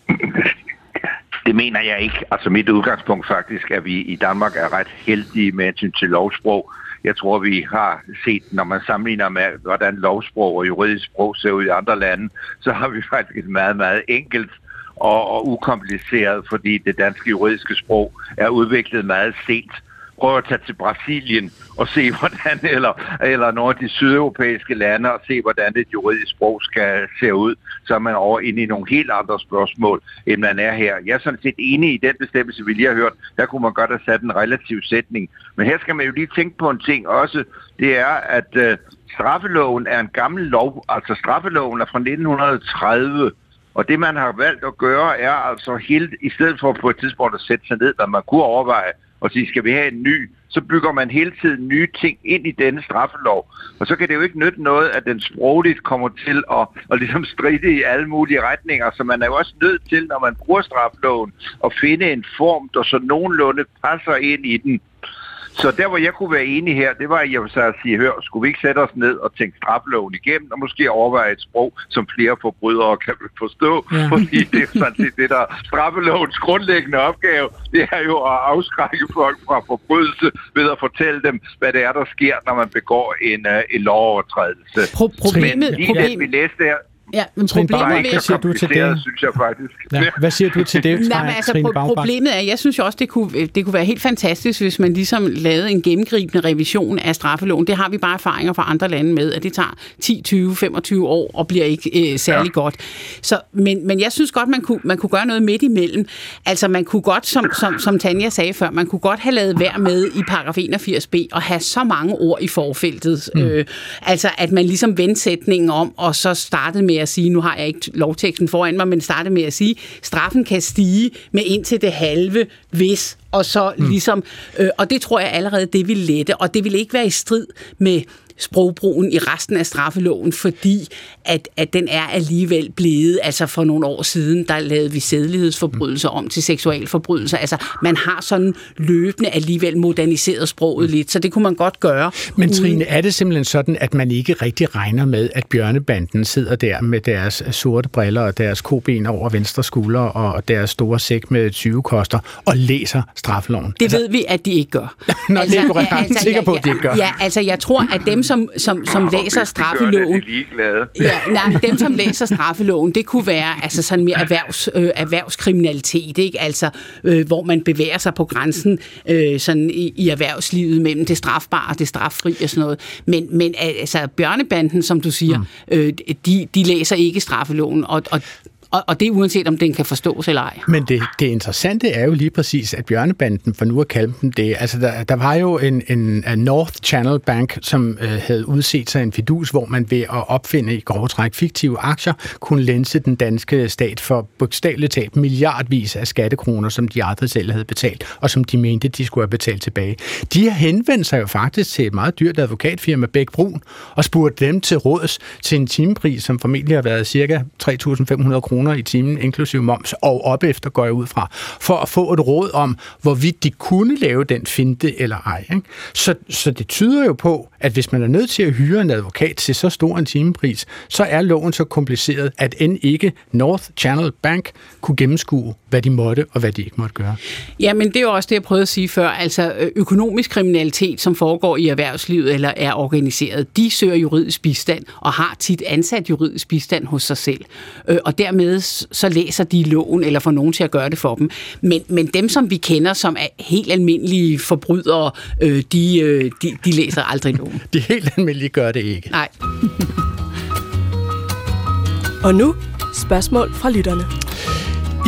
Det mener jeg ikke. Altså mit udgangspunkt faktisk, at vi i Danmark er ret heldige med hensyn til lovsprog. Jeg tror, vi har set, når man sammenligner med, hvordan lovsprog og juridisk sprog ser ud i andre lande, så har vi faktisk et meget, meget enkelt og, og ukompliceret, fordi det danske juridiske sprog er udviklet meget sent. Prøv at tage til Brasilien og se, hvordan, eller, eller nogle af de sydeuropæiske lande, og se, hvordan et juridisk sprog skal se ud, så er man over ind i nogle helt andre spørgsmål, end man er her. Jeg er sådan set enig i den bestemmelse, vi lige har hørt. Der kunne man godt have sat en relativ sætning. Men her skal man jo lige tænke på en ting også. Det er, at øh, straffeloven er en gammel lov. Altså straffeloven er fra nitten tredive. Og det, man har valgt at gøre, er altså helt, i stedet for på et tidspunkt at sætte sig ned, hvad man kunne overveje, og sige, skal vi have en ny, så bygger man hele tiden nye ting ind i denne straffelov. Og så kan det jo ikke nytte noget, at den sprogligt kommer til at, at ligesom stride i alle mulige retninger. Så man er jo også nødt til, når man bruger straffeloven, at finde en form, der så nogenlunde passer ind i den. Så der, hvor jeg kunne være enig her, det var, at jeg ville sige, hør, skulle vi ikke sætte os ned og tænke straffeloven igennem, og måske overveje et sprog, som flere forbrydere kan forstå, ja. Fordi det er sådan set det, der straffelovens grundlæggende opgave, det er jo at afskrække folk fra forbrydelse ved at fortælle dem, hvad det er, der sker, når man begår en, uh, en lovovertrædelse. Pro- problemet, Men lige problem... den, vi læste her, Ja, men problemet hvad siger du til det? Synes jeg faktisk. Ja, hvad siger du til det? Nej, men altså, pro- problemet er, jeg synes jo også, det kunne, det kunne være helt fantastisk, hvis man ligesom lavede en gennemgribende revision af straffeloven. Det har vi bare erfaringer fra andre lande med, at det tager ti, tyve, femogtyve år og bliver ikke øh, særlig ja. godt. Så, men, men jeg synes godt, man kunne, man kunne gøre noget midt imellem. Altså, man kunne godt, som, som, som Tanja sagde før, man kunne godt have lavet værd med i paragraf enogfirs b og have så mange ord i forfeltet. Mm. Øh, altså, at man ligesom vendte sætningen om, og så startede med at sige, nu har jeg ikke lovteksten foran mig, men starte med at sige, straffen kan stige med indtil det halve, hvis, og så mm. ligesom, øh, og det tror jeg allerede, det vil lette, og det vil ikke være i strid med sprogbrugen i resten af straffeloven, fordi at, at den er alligevel blevet, altså for nogle år siden, der lavede vi sædelighedsforbrydelser om til seksualforbrydelser. Altså, man har sådan løbende alligevel moderniseret sproget lidt, så det kunne man godt gøre. Men Trine, er det simpelthen sådan, at man ikke rigtig regner med, at bjørnebanden sidder der med deres sorte briller og deres koben over venstre skulder og deres store sæk med tyve koster og læser straffeloven? Det altså, ved vi, at de ikke gør. Nå, altså, det er jeg altså, sikker på, at de ikke gør. Ja, altså jeg tror, at dem, som, som, som ja, læser straffeloven... Ja, nej, dem, som læser straffeloven, det kunne være altså sådan mere erhvervs, øh, erhvervskriminalitet, ikke? Altså, øh, hvor man bevæger sig på grænsen øh, sådan i, i erhvervslivet mellem det strafbare og det straffri og sådan noget. Men, men altså, bjørnebanden, som du siger, mm. øh, de, de læser ikke straffeloven, og, og Og, og det er uanset, om den kan forstås eller ej. Men det, det interessante er jo lige præcis, at bjørnebanden, for nu at kalde dem det, altså der, der var jo en, en, en North Channel Bank, som øh, havde udset sig en fidus, hvor man ved at opfinde i grove træk fiktive aktier, kunne lænse den danske stat for bogstaveligt talt milliardvis af skattekroner, som de aldrig selv havde betalt, og som de mente, de skulle have betalt tilbage. De har henvendt sig jo faktisk til et meget dyrt advokatfirma, Bech Bruun, og spurgte dem til råds til en timepris, som formentlig har været cirka tre tusind fem hundrede kroner i timen, inklusive moms, og op efter går jeg ud fra, for at få et råd om, hvorvidt de kunne lave den finte eller ej. Ikke? Så, så det tyder jo på, at hvis man er nødt til at hyre en advokat til så stor en timepris, så er loven så kompliceret, at end ikke North Channel Bank kunne gennemskue, hvad de måtte og hvad de ikke måtte gøre. Ja, men det er jo også det, jeg prøvede at sige før. Altså økonomisk kriminalitet, som foregår i erhvervslivet eller er organiseret, de søger juridisk bistand og har tit ansat juridisk bistand hos sig selv. Og dermed så læser de loven eller får nogen til at gøre det for dem. Men, men dem, som vi kender, som er helt almindelige forbrydere, de, de, de læser aldrig loven. De helt almindelige gør det ikke. Nej. Og nu spørgsmål fra lytterne. I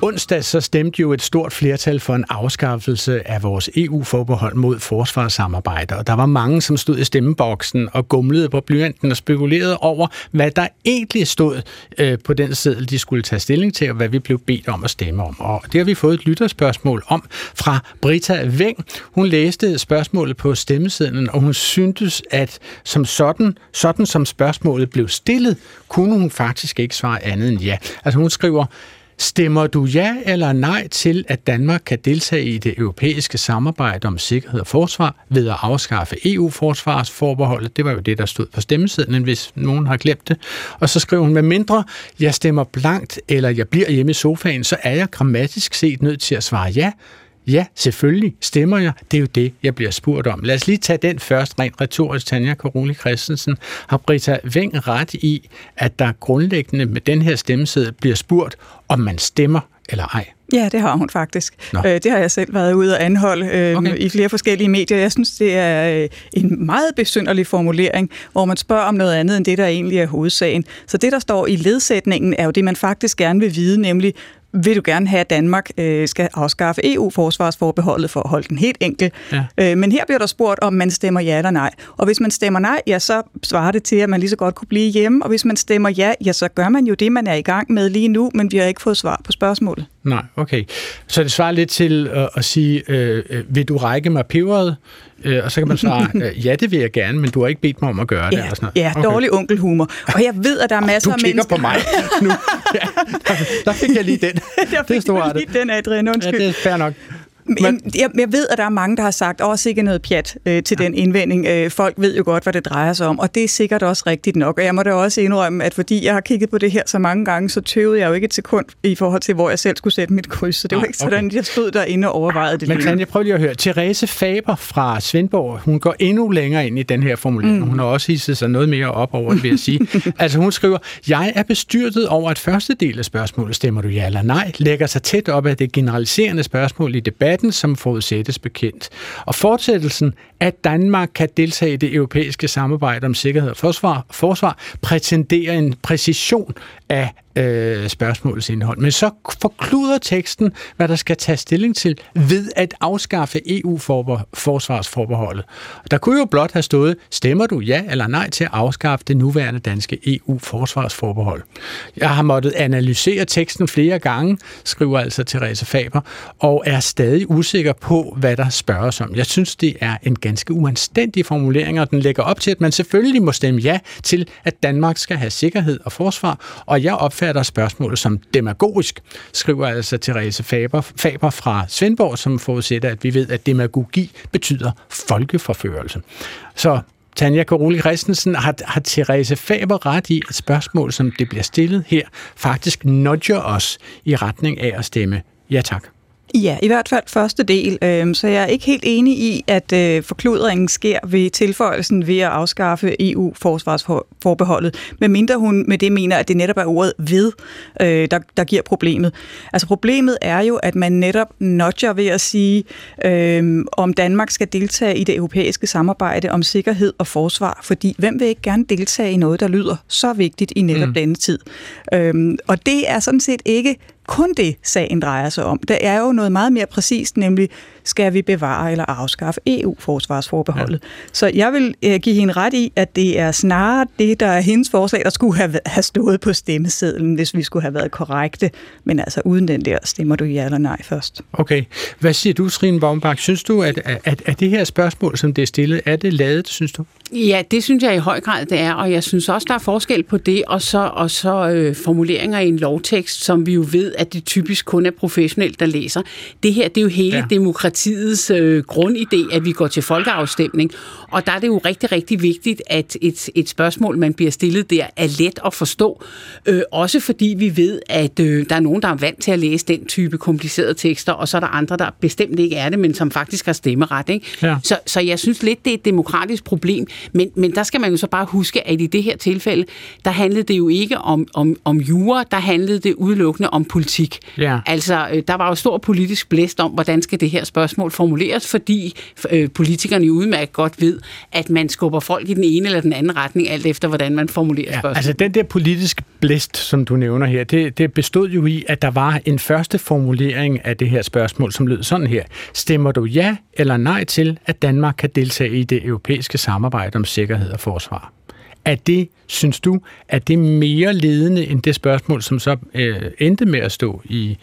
onsdag så stemte jo et stort flertal for en afskaffelse af vores E U-forbehold mod forsvarssamarbejde, og der var mange, som stod i stemmeboksen og gumlede på blyanten og spekulerede over, hvad der egentlig stod øh, på den seddel, de skulle tage stilling til, og hvad vi blev bedt om at stemme om. Og det har vi fået et lytterspørgsmål om fra Britta Weng. Hun læste spørgsmålet på stemmesedlen, og hun syntes, at som sådan, sådan som spørgsmålet blev stillet, kunne hun faktisk ikke svare andet end ja. Altså hun skriver: stemmer du ja eller nej til, at Danmark kan deltage i det europæiske samarbejde om sikkerhed og forsvar ved at afskaffe E U-forsvarsforbeholdet? Det var jo det, der stod på stemmesedlen, hvis nogen har glemt det. Og så skriver hun: med mindre jeg stemmer blankt, eller jeg bliver hjemme i sofaen, så er jeg grammatisk set nødt til at svare ja. Ja, selvfølgelig stemmer jeg. Det er jo det, jeg bliver spurgt om. Lad os lige tage den først, rent retorisk. Tanja Caroli Christensen, har Britta Weng ret i, at der grundlæggende med den her stemmeseddel bliver spurgt, om man stemmer eller ej? Ja, det har hun faktisk. Øh, det har jeg selv været ude og anholde øh, okay. i flere forskellige medier. Jeg synes, det er øh, en meget besynderlig formulering, hvor man spørger om noget andet end det, der egentlig er hovedsagen. Så det, der står i ledsætningen, er jo det, man faktisk gerne vil vide, nemlig: vil du gerne have, at Danmark øh, skal afskaffe E U-forsvarsforbeholdet for at holde den helt enkel. Ja. Øh, men her bliver der spurgt, om man stemmer ja eller nej. Og hvis man stemmer nej, ja, så svarer det til, at man lige så godt kunne blive hjemme. Og hvis man stemmer ja, ja, så gør man jo det, man er i gang med lige nu, men vi har ikke fået svar på spørgsmålet. Nej, okay. Så det svarer lidt til øh, at sige, øh, vil du række mig peberet? Øh, og så kan man svare, øh, ja, det vil jeg gerne, men du har ikke bedt mig om at gøre det. Ja, eller sådan noget. Ja, okay. Dårlig onkelhumor. Og jeg ved, at der er masser af mennesker... Du kigger på mig nu. Ja, der, der fik jeg lige den. Der fik jeg lige den, Adrian, undskyld. Ja, det er fair nok. Men jeg, jeg ved, at der er mange, der har sagt, også ikke noget pjat øh, til ja. den indvending. Øh, folk ved jo godt, hvad det drejer sig om, og det er sikkert også rigtigt nok. Og jeg må da også indrømme, at fordi jeg har kigget på det her så mange gange, så tøvede jeg jo ikke et sekund i forhold til, hvor jeg selv skulle sætte mit kryds. Så det var ikke okay. sådan, at jeg stod derinde og overvejede det. Men Tanja, jeg prøver lige at høre. Therese Faber fra Svendborg, hun går endnu længere ind i den her formulering. Mm. Hun har også hisset sig noget mere op over det, vil jeg sige. Altså hun skriver: jeg er bestyrtet over, at første del af spørgsmålet, stemmer du ja eller nej, lægger sig tæt op af det generaliserende spørgsmål i debatten, som forudsættes bekendt. Og fortsættelsen, at Danmark kan deltage i det europæiske samarbejde om sikkerhed og forsvar, forsvar prætenderer en præcision af øh, spørgsmålets indhold. Men så forkluder teksten, hvad der skal tage stilling til ved at afskaffe E U-forsvarsforbeholdet. Der kunne jo blot have stået: stemmer du ja eller nej til at afskaffe det nuværende danske E U-forsvarsforbehold? Jeg har måttet analysere teksten flere gange, skriver altså Therese Faber, og er stadig usikker på, hvad der spørges om. Jeg synes, det er en ganske uanstændig formulering, og den lægger op til, at man selvfølgelig må stemme ja til, at Danmark skal have sikkerhed og forsvar, og jeg opfatter spørgsmålet som demagogisk, skriver altså Therese Faber, Faber fra Svendborg, som forudsætter, at vi ved, at demagogi betyder folkeforførelse. Så Tanja Caroli Christensen, har, har Therese Faber ret i, at spørgsmål, som det bliver stillet her, faktisk nudger os i retning af at stemme ja tak? Ja, i hvert fald første del. Øh, så jeg er ikke helt enig i, at øh, forkludringen sker ved tilføjelsen ved at afskaffe E U-forsvarsforbeholdet, medmindre hun med det mener, at det netop er ordet ved, øh, der, der giver problemet. Altså problemet er jo, at man netop nudger ved at sige, øh, om Danmark skal deltage i det europæiske samarbejde om sikkerhed og forsvar, fordi hvem vil ikke gerne deltage i noget, der lyder så vigtigt i netop mm. denne tid? Øh, og det er sådan set ikke kun det, sagen drejer sig om. Der er jo noget meget mere præcist, nemlig skal vi bevare eller afskaffe E U-forsvarsforbeholdet. Ja. Så jeg vil uh, give hende ret i, at det er snarere det, der er hendes forslag, der skulle have, have stået på stemmesedlen, hvis vi skulle have været korrekte. Men altså uden den der, stemmer du ja eller nej først. Okay. Hvad siger du, Trine Baumbach? Synes du, at, at, at det her spørgsmål, som det er stillet, er det ladet, synes du? Ja, det synes jeg i høj grad, det er, og jeg synes også, der er forskel på det, og så, og så øh, formuleringer i en lovtekst, som vi jo ved, at det typisk kun er professionelt, der læser. Det her, det er jo hele ja. demokratiets øh, grundidé, at vi går til folkeafstemning, og der er det jo rigtig, rigtig vigtigt, at et, et spørgsmål, man bliver stillet der, er let at forstå, øh, også fordi vi ved, at øh, der er nogen, der er vant til at læse den type komplicerede tekster, og så er der andre, der bestemt ikke er det, men som faktisk har stemmeret, ikke? Ja. Så, så jeg synes lidt, det er et demokratisk problem. Men, men der skal man jo så bare huske, at i det her tilfælde, der handlede det jo ikke om, om, om jura, der handlede det udelukkende om politik. Ja. Altså, der var jo stor politisk blæst om, hvordan skal det her spørgsmål formuleres, fordi øh, politikerne jo udmærket godt ved, at man skubber folk i den ene eller den anden retning, alt efter hvordan man formulerer ja, spørgsmål. Altså, den der politiske blæst, som du nævner her, det, det bestod jo i, at der var en første formulering af det her spørgsmål, som lød sådan her. Stemmer du ja eller nej til, at Danmark kan deltage i det europæiske samarbejde om sikkerhed og forsvar? Er det, synes du, er det mere ledende end det spørgsmål, som så øh, endte med at stå i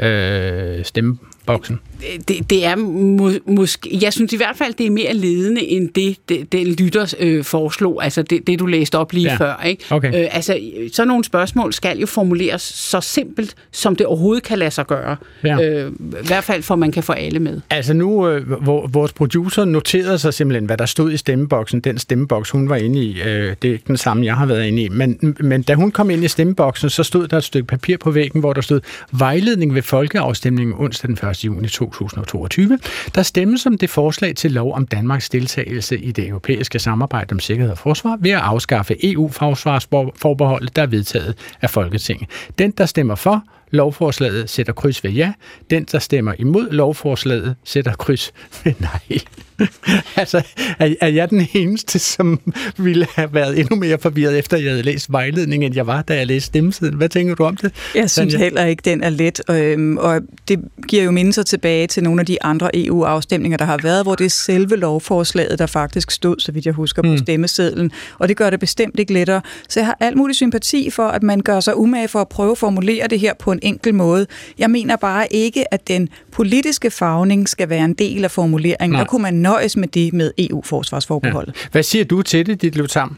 øh, stemmeboksen? Det, det er må, måske, jeg synes i hvert fald, det er mere ledende end det, det, det lytter øh, foreslog, altså det, det, du læste op lige ja. før. Ikke? Okay. Øh, altså, sådan nogle spørgsmål skal jo formuleres så simpelt, som det overhovedet kan lade sig gøre. Ja. Øh, I hvert fald, for man kan få alle med. Altså nu, øh, hvor, vores producer noterede sig simpelthen, hvad der stod i stemmeboksen, den stemmeboks, hun var inde i, øh, det er ikke den samme, jeg har været inde i, men, men da hun kom ind i stemmeboksen, så stod der et stykke papir på væggen, hvor der stod vejledning ved folkeafstemningen onsdag den første juni to tusind og toogtyve. Der stemmes om det forslag til lov om Danmarks deltagelse i det europæiske samarbejde om sikkerhed og forsvar ved at afskaffe E U-forsvarsforbeholdet, der er vedtaget af Folketinget. Den, der stemmer for lovforslaget, sætter kryds ved ja. Den, der stemmer imod lovforslaget, sætter kryds ved nej. Altså, er, er jeg den eneste, som ville have været endnu mere forvirret, efter jeg havde læst vejledningen, end jeg var, da jeg læste stemmesedlen? Hvad tænker du om det? Jeg synes Tanja? heller ikke, den er let, og, og det giver jo mindelser tilbage til nogle af de andre E U-afstemninger, der har været, hvor det er selve lovforslaget, der faktisk stod, så vidt jeg husker, på mm. stemmesedlen, og det gør det bestemt ikke lettere. Så jeg har alt mulig sympati for, at man gør sig umage for at prøve at formulere det her på en enkel måde. Jeg mener bare ikke, at den politiske farvning skal være en del af formuleringen. Nej. Der kunne man nøjes med det med E U-forsvarsforbeholdet. Ja. Hvad siger du til det, Ditlev Tamm?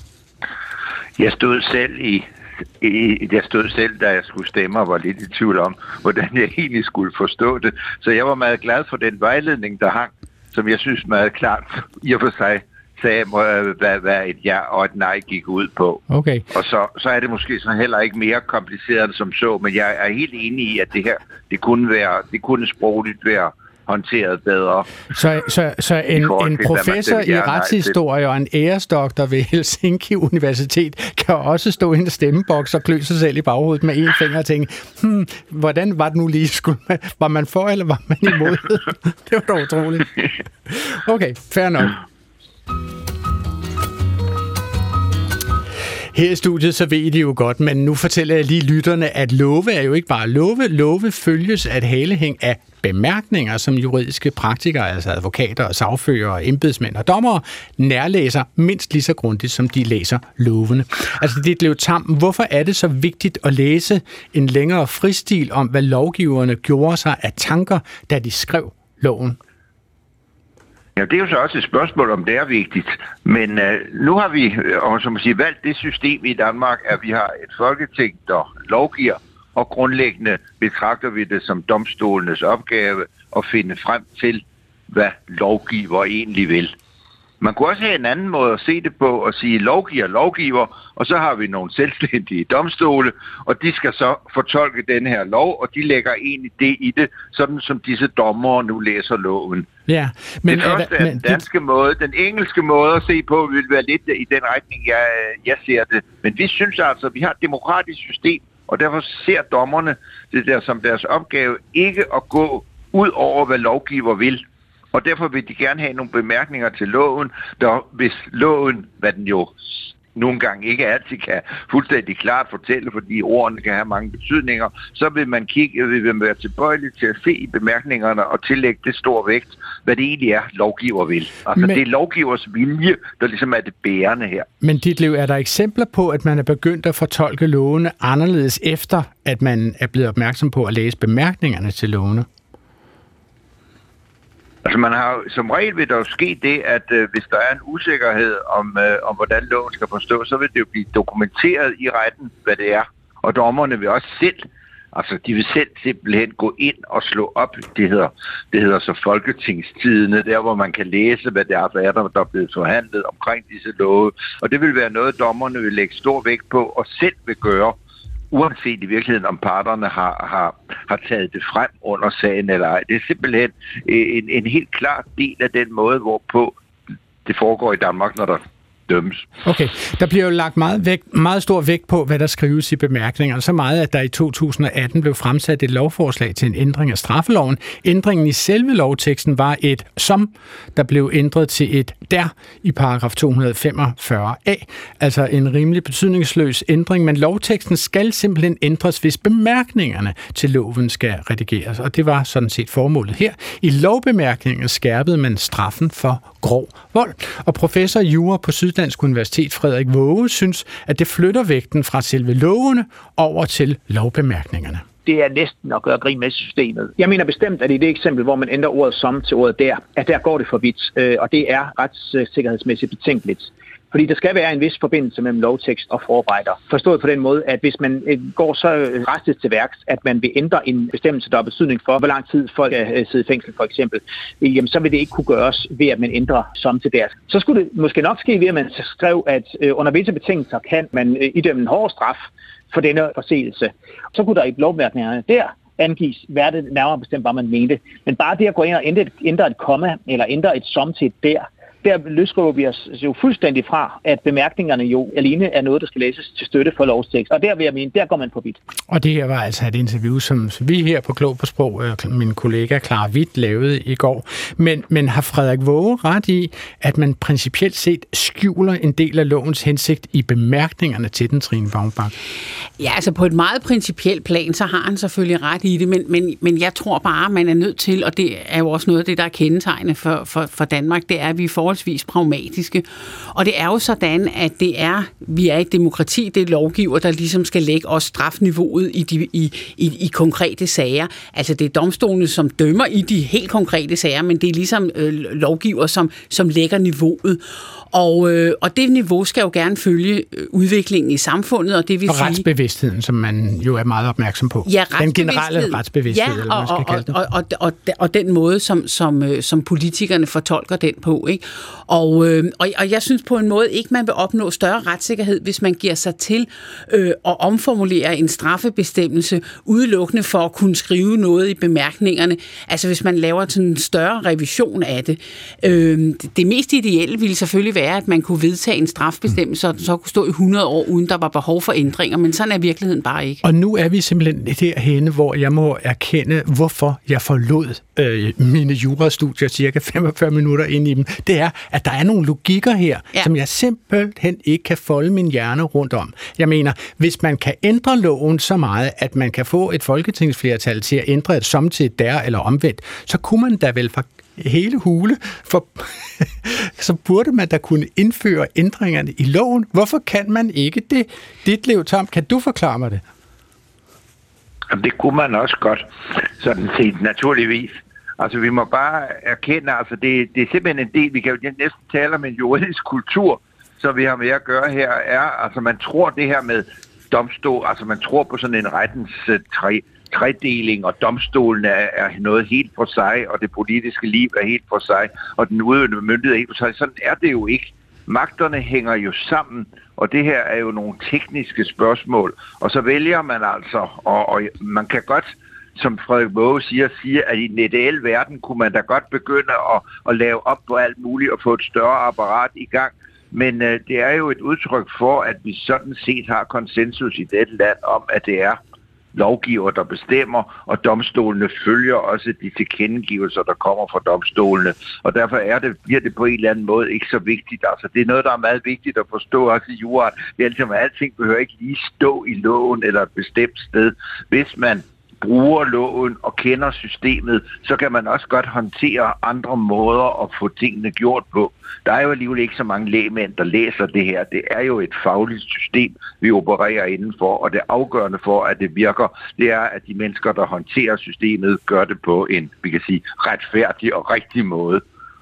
Jeg stod selv i, i jeg stod selv, da jeg skulle stemme, og var lidt i tvivl om, hvordan jeg egentlig skulle forstå det. Så jeg var meget glad for den vejledning, der hang, som jeg synes meget klart i og for sig sagde, hvad, hvad et ja og et nej gik ud på. Okay. Og så, så er det måske så heller ikke mere kompliceret som så, men jeg er helt enig i, at det her, det kunne være, det kunne sprogligt være håndteret bedre. Så, så, så en, en professor i retshistorie og en æresdoktor ved Helsinki Universitet kan også stå i en stemmeboks og klø sig selv i baghovedet med en finger og tænke, hmm, hvordan var det nu lige? Skulle man, var man for, eller var man imod? Det var da utroligt. Okay, fair nok. Her i studiet, så ved I det jo godt, men nu fortæller jeg lige lytterne, at love er jo ikke bare love. Love følges af et halehæng af bemærkninger, som juridiske praktikere, altså advokater, sagførere, embedsmænd og dommere, nærlæser mindst lige så grundigt, som de læser lovene. Altså, Ditlev Tamm, hvorfor er det så vigtigt at læse en længere fristil om, hvad lovgiverne gjorde sig af tanker, da de skrev loven? Ja, det er jo så også et spørgsmål, om det er vigtigt. Men øh, nu har vi, og som man siger, valgt det system i Danmark, at vi har et folketing, der lovgiver, og grundlæggende betragter vi det som domstolenes opgave at finde frem til, hvad lovgiver egentlig vil. Man kunne også have en anden måde at se det på, og sige lovgiver, lovgiver, og så har vi nogle selvstændige domstole, og de skal så fortolke den her lov, og de lægger egentlig det i det, sådan som disse dommere nu læser loven. Ja, men det første er den danske det... måde. Den engelske måde at se på vil være lidt i den retning, jeg, jeg ser det. Men vi synes altså, at vi har et demokratisk system, og derfor ser dommerne det der som deres opgave ikke at gå ud over, hvad lovgiver vil. Og derfor vil de gerne have nogle bemærkninger til loven, der hvis loven, hvad den jo nogle gange ikke altid kan fuldstændig klart fortælle, fordi ordene kan have mange betydninger, så vil man kigge, vil man være tilbøjelig til at se i bemærkningerne og tillægge det stor vægt, hvad det egentlig er, lovgiver vil. Altså men, det er lovgivers vilje, der ligesom er det bærende her. Men Ditlev, er der eksempler på, at man er begyndt at fortolke lovene anderledes efter, at man er blevet opmærksom på at læse bemærkningerne til lovene? Altså man har som regel vil der jo ske det, at øh, hvis der er en usikkerhed om, øh, om, hvordan loven skal forstås, så vil det jo blive dokumenteret i retten, hvad det er. Og dommerne vil også selv, altså de vil selv simpelthen gå ind og slå op, det hedder, det hedder så Folketingstidene, der hvor man kan læse, hvad det er, der er, der er blevet forhandlet omkring disse love. Og det vil være noget, dommerne vil lægge stor vægt på og selv vil gøre, uanset i virkeligheden, om parterne har, har, har taget det frem under sagen eller ej. Det er simpelthen en, en helt klar del af den måde, hvorpå det foregår i Danmark, når der dømmes. Okay, der bliver jo lagt meget, vægt, meget stor vægt på, hvad der skrives i bemærkningerne. Så meget, at der i to tusind og atten blev fremsat et lovforslag til en ændring af straffeloven. Ændringen i selve lovteksten var et som, der blev ændret til et der i paragraf to hundrede femogfyrre a. Altså en rimelig betydningsløs ændring, men lovteksten skal simpelthen ændres, hvis bemærkningerne til loven skal redigeres. Og det var sådan set formålet her. I lovbemærkningen skærpede man straffen for grov vold. Og professor i jura på Syddansk Universitet, Frederik Waage, synes, at det flytter vægten fra selve lovene over til lovbemærkningerne. Det er næsten at gøre grin med systemet. Jeg mener bestemt, at i det eksempel, hvor man ændrer ordet som til ordet der, at der går det for vidt, og det er retssikkerhedsmæssigt betænkeligt. Fordi der skal være en vis forbindelse mellem lovtekst og forarbejder. Forstået på den måde, at hvis man går så restigt til værks, at man vil ændre en bestemmelse, der har betydning for, hvor lang tid folk er siddet i fængsel for eksempel, jamen så vil det ikke kunne gøres ved, at man ændrer som til deres. Så skulle det måske nok ske ved, at man skrev, at under visse betingelser kan man idømme en hård straf for denne forseelse. Så kunne der i lovbemærkningerne der angives, hvad det nærmere bestemt, hvad man mente. Men bare det at gå ind og ændre et, ændre et komma, eller ændre et som til et der, der løsriver vi os jo fuldstændig fra, at bemærkningerne jo alene er noget, der skal læses til støtte for lovstekst. Og der vil jeg mene, der går man for vidt. Og det her var altså et interview, som vi her på Klog på Sprog, min kollega Clara Witt, lavede i går. Men, men har Frederik Waage ret i, at man principielt set skjuler en del af lovens hensigt i bemærkningerne til den, Trine Baumbach? Ja, altså på et meget principielt plan, så har han selvfølgelig ret i det, men, men, men jeg tror bare, man er nødt til, og det er jo også noget af det, der er kendetegnende for, for, for Danmark, det er, at vi er forholdsvis pragmatiske. Og det er jo sådan, at det er, vi er et demokrati, det er lovgiver, der ligesom skal lægge også strafniveauet i de i, i, i konkrete sager. Altså det er domstolene, som dømmer i de helt konkrete sager, men det er ligesom øh, lovgiver, som, som lægger niveauet. Og, øh, og det niveau skal jo gerne følge udviklingen i samfundet, og det vil og sige... retsbevidstheden, som man jo er meget opmærksom på. Ja, den generelle retsbevidsthed, ja, eller hvad man skal og, kalde den. Og, og, og, og, og den måde, som, som, som politikerne fortolker den på. Ikke? Og, øh, og, og jeg synes på en måde ikke, man vil opnå større retssikkerhed, hvis man giver sig til øh, at omformulere en straffebestemmelse udelukkende for at kunne skrive noget i bemærkningerne. Altså hvis man laver sådan en større revision af det. Øh, det, det mest ideelle ville selvfølgelig være, at man kunne vedtage en strafbestemmelse, og så kunne stå i hundrede år, uden der var behov for ændringer, men sådan er virkeligheden bare ikke. Og nu er vi simpelthen derhenne, hvor jeg må erkende, hvorfor jeg forlod øh, mine jurastudier cirka femogfyrre minutter ind i dem. Det er, at der er nogle logikker her, ja. som jeg simpelthen ikke kan folde min hjerne rundt om. Jeg mener, hvis man kan ændre loven så meget, at man kan få et folketingsflertal til at ændre et som til et der eller omvendt, så kunne man da vel fra hele hule, for så burde man da kunne indføre ændringerne i loven. Hvorfor kan man ikke det? Ditlev Tamm, kan du forklare mig det? Jamen, det kunne man også godt, sådan set, naturligvis. Altså, vi må bare erkende, altså, det, det er simpelthen en del, vi kan jo næsten tale om en juridisk kultur, som vi har med at gøre her, er, altså, man tror det her med domstol, altså, man tror på sådan en rettens uh, tre, tredeling, og domstolen er, er noget helt for sig, og det politiske liv er helt for sig, og den udøvende myndighed er helt for sig. Sådan er det jo ikke. Magterne hænger jo sammen, og det her er jo nogle tekniske spørgsmål, og så vælger man altså, og, og man kan godt, som Frederik Waage siger, siger, at i den ideelle verden kunne man da godt begynde at, at lave op på alt muligt og få et større apparat i gang, men øh, det er jo et udtryk for, at vi sådan set har konsensus i dette land om, at det er lovgiver, der bestemmer, og domstolene følger også de tilkendegivelser, der kommer fra domstolene. Og derfor er det, bliver det på en eller anden måde ikke så vigtigt. Altså, det er noget, der er meget vigtigt at forstå også i juraen. Det er altså, at alting behøver ikke lige stå i loven eller et bestemt sted. Hvis man bruger loven og kender systemet, så kan man også godt håndtere andre måder at få tingene gjort på. Der er jo alligevel ikke så mange lægmænd, der læser det her. Det er jo et fagligt system, vi opererer indenfor, og det afgørende for, at det virker, det er, at de mennesker, der håndterer systemet, gør det på en, vi kan sige, retfærdig og rigtig måde.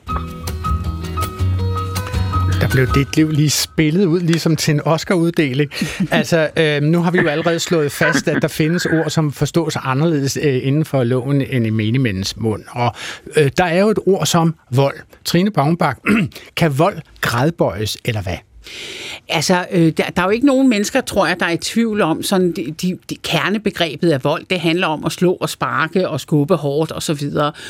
Der blev dit liv lige spillet ud, ligesom til en Oscar-uddeling. Altså, øh, nu har vi jo allerede slået fast, at der findes ord, som forstås anderledes øh, inden for loven end i menigmændens mund. Og øh, der er jo et ord som vold. Trine Baumbach, kan vold gradbøjes, eller hvad? Altså, øh, der, der er jo ikke nogen mennesker, tror jeg, der er i tvivl om, sådan de, de, de kernebegrebet af vold, det handler om at slå og sparke og skubbe hårdt osv.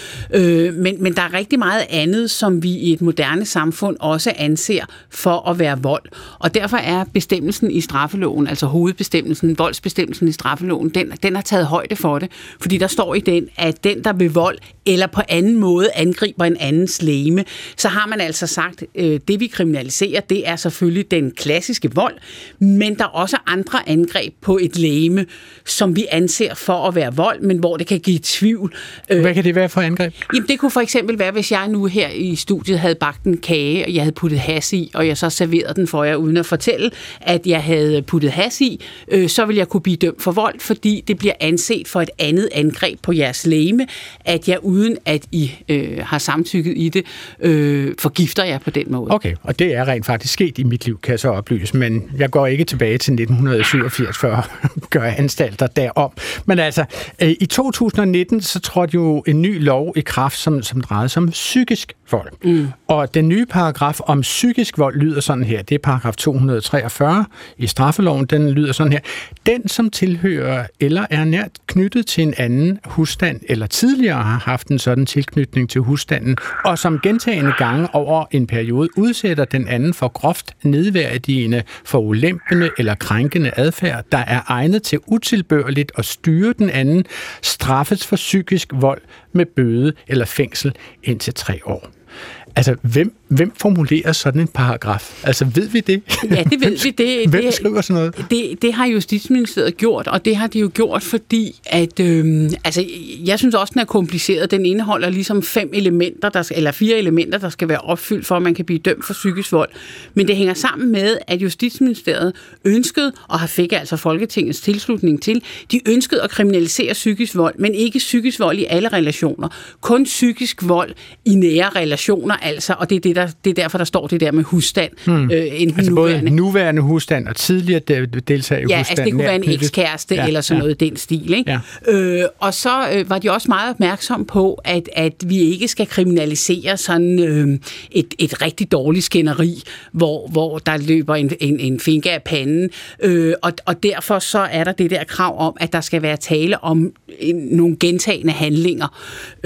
Øh, men, men der er rigtig meget andet, som vi i et moderne samfund også anser for at være vold. Og derfor er bestemmelsen i straffeloven, altså hovedbestemmelsen, voldsbestemmelsen i straffeloven, den, den har taget højde for det, fordi der står i den, at den, der ved vold eller på anden måde angriber en andens legeme, så har man altså sagt, øh, det vi kriminaliserer, det er selvfølgelig den klassiske vold, men der er også andre angreb på et legeme, som vi anser for at være vold, men hvor det kan give tvivl. Hvad kan det være for angreb? Jamen, det kunne for eksempel være, hvis jeg nu her i studiet havde bagt en kage, og jeg havde puttet has i, og jeg så serverede den for jer, uden at fortælle, at jeg havde puttet has i, øh, så vil jeg kunne blive dømt for vold, fordi det bliver anset for et andet angreb på jeres legeme, at jeg uden at I øh, har samtykket i det, øh, forgifter jer på den måde. Okay, og det er rent faktisk sket i mit liv, kan jeg så oplyse, men jeg går ikke tilbage til nitten syvogfirs for at gøre anstalter derom. Men altså, i to tusind nitten, så trådte jo en ny lov i kraft, som, som drejede sig om psykisk vold. Mm. Og den nye paragraf om psykisk vold lyder sådan her. Det er paragraf to hundrede treogfyrre i straffeloven. Den lyder sådan her. Den, som tilhører eller er nært knyttet til en anden husstand, eller tidligere har haft en sådan tilknytning til husstanden, og som gentagne gange over en periode udsætter den anden for groft nedværdigende, for ulempende eller krænkende adfærd, der er egnet til utilbørligt at styre den anden, straffes for psykisk vold med bøde eller fængsel indtil tre år. Altså, hvem, hvem formulerer sådan en paragraf? Altså, ved vi det? Ja, det ved vi. Det, hvem det, skriver sådan noget? Det, det har Justitsministeriet gjort, og det har de jo gjort, fordi at, øhm, altså, jeg synes også, den er kompliceret. Den indeholder ligesom fem elementer, der, eller fire elementer, der skal være opfyldt, for at man kan blive dømt for psykisk vold. Men det hænger sammen med, at Justitsministeriet ønskede, og har fik altså Folketingets tilslutning til, de ønskede at kriminalisere psykisk vold, men ikke psykisk vold i alle relationer. Kun psykisk vold i nære relationer, altså, og det er, det, der, det er derfor, der står det der med husstand. Hmm. Øh, altså nuværende. både nuværende husstand og tidligere deltager i ja, husstand. Ja, altså det kunne være en ekskæreste ja, eller sådan ja. noget den stil. Ikke? Ja. Øh, og så øh, var de også meget opmærksom på, at, at vi ikke skal kriminalisere sådan øh, et, et rigtig dårligt skænderi, hvor, hvor der løber en, en, en finger af panden. Øh, og, og derfor så er der det der krav om, at der skal være tale om en, nogle gentagne handlinger.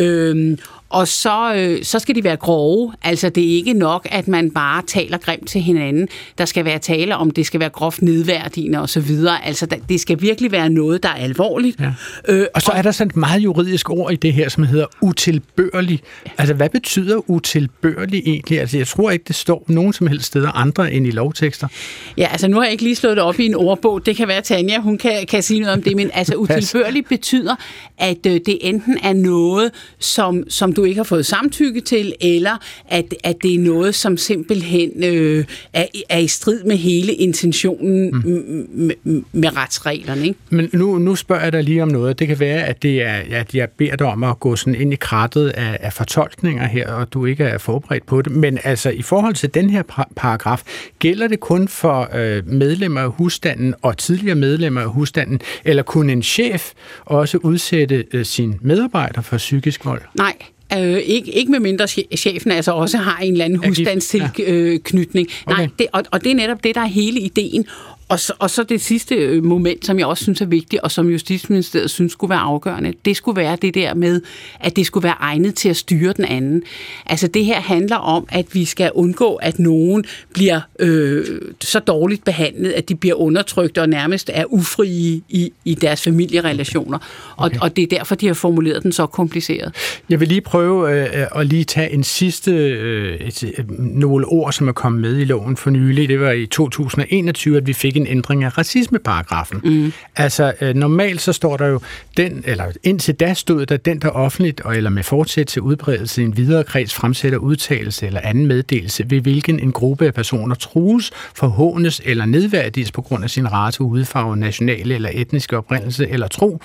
Øh, Og så, øh, så skal de være grove. Altså, det er ikke nok, at man bare taler grimt til hinanden. Der skal være tale om, det skal være groft nedværdigende og så videre. Altså, det skal virkelig være noget, der er alvorligt. Ja. Øh, og så er der sådan et meget juridisk ord i det her, som hedder utilbørlig. Altså, hvad betyder utilbørlig egentlig? Altså, jeg tror ikke, det står nogen som helst steder andre end i lovtekster. Ja, altså, nu har jeg ikke lige slået det op i en ordbog. Det kan være Tanja, hun kan, kan sige noget om det, men altså, utilbørlig betyder, at øh, det enten er noget, som, som du ikke har fået samtykke til, eller at, at det er noget, som simpelthen øh, er, er i strid med hele intentionen mm. med, med retsreglerne. Ikke? Men nu, nu spørger jeg dig lige om noget. Det kan være, at, det er, at jeg beder dig om at gå sådan ind i krattet af, af fortolkninger her, og du ikke er forberedt på det. Men altså, i forhold til den her paragraf, gælder det kun for øh, medlemmer af husstanden og tidligere medlemmer af husstanden, eller kunne en chef også udsætte øh, sine medarbejdere for psykisk vold? Nej. Øh, ikke, ikke med mindre chefen altså også har en eller anden husstandstilknytning. Ja. Okay. Nej, det, og, og det er netop det, der er hele ideen. Og så, og så det sidste moment, som jeg også synes er vigtigt, og som Justitsministeriet synes skulle være afgørende, det skulle være det der med, at det skulle være egnet til at styre den anden. Altså det her handler om, at vi skal undgå, at nogen bliver øh, så dårligt behandlet, at de bliver undertrykt og nærmest er ufrie i, i deres familierelationer. Okay. Og, og det er derfor, de har formuleret den så kompliceret. Jeg vil lige prøve øh, at lige tage en sidste øh, et, nogle ord, som er kommet med i loven for nylig. Det var i to tusind og enogtyve, at vi fik en ændring af racismeparagrafen. Mm. Altså, øh, normalt så står der jo, den, eller indtil da stod der, den, der offentligt og eller med fortsæt til udbredelse i en videre kreds fremsætter udtalelse eller anden meddelelse, ved hvilken en gruppe af personer trues, forhånes eller nedværdiges på grund af sin race, hudfarve, nationale eller etniske oprindelse eller tro,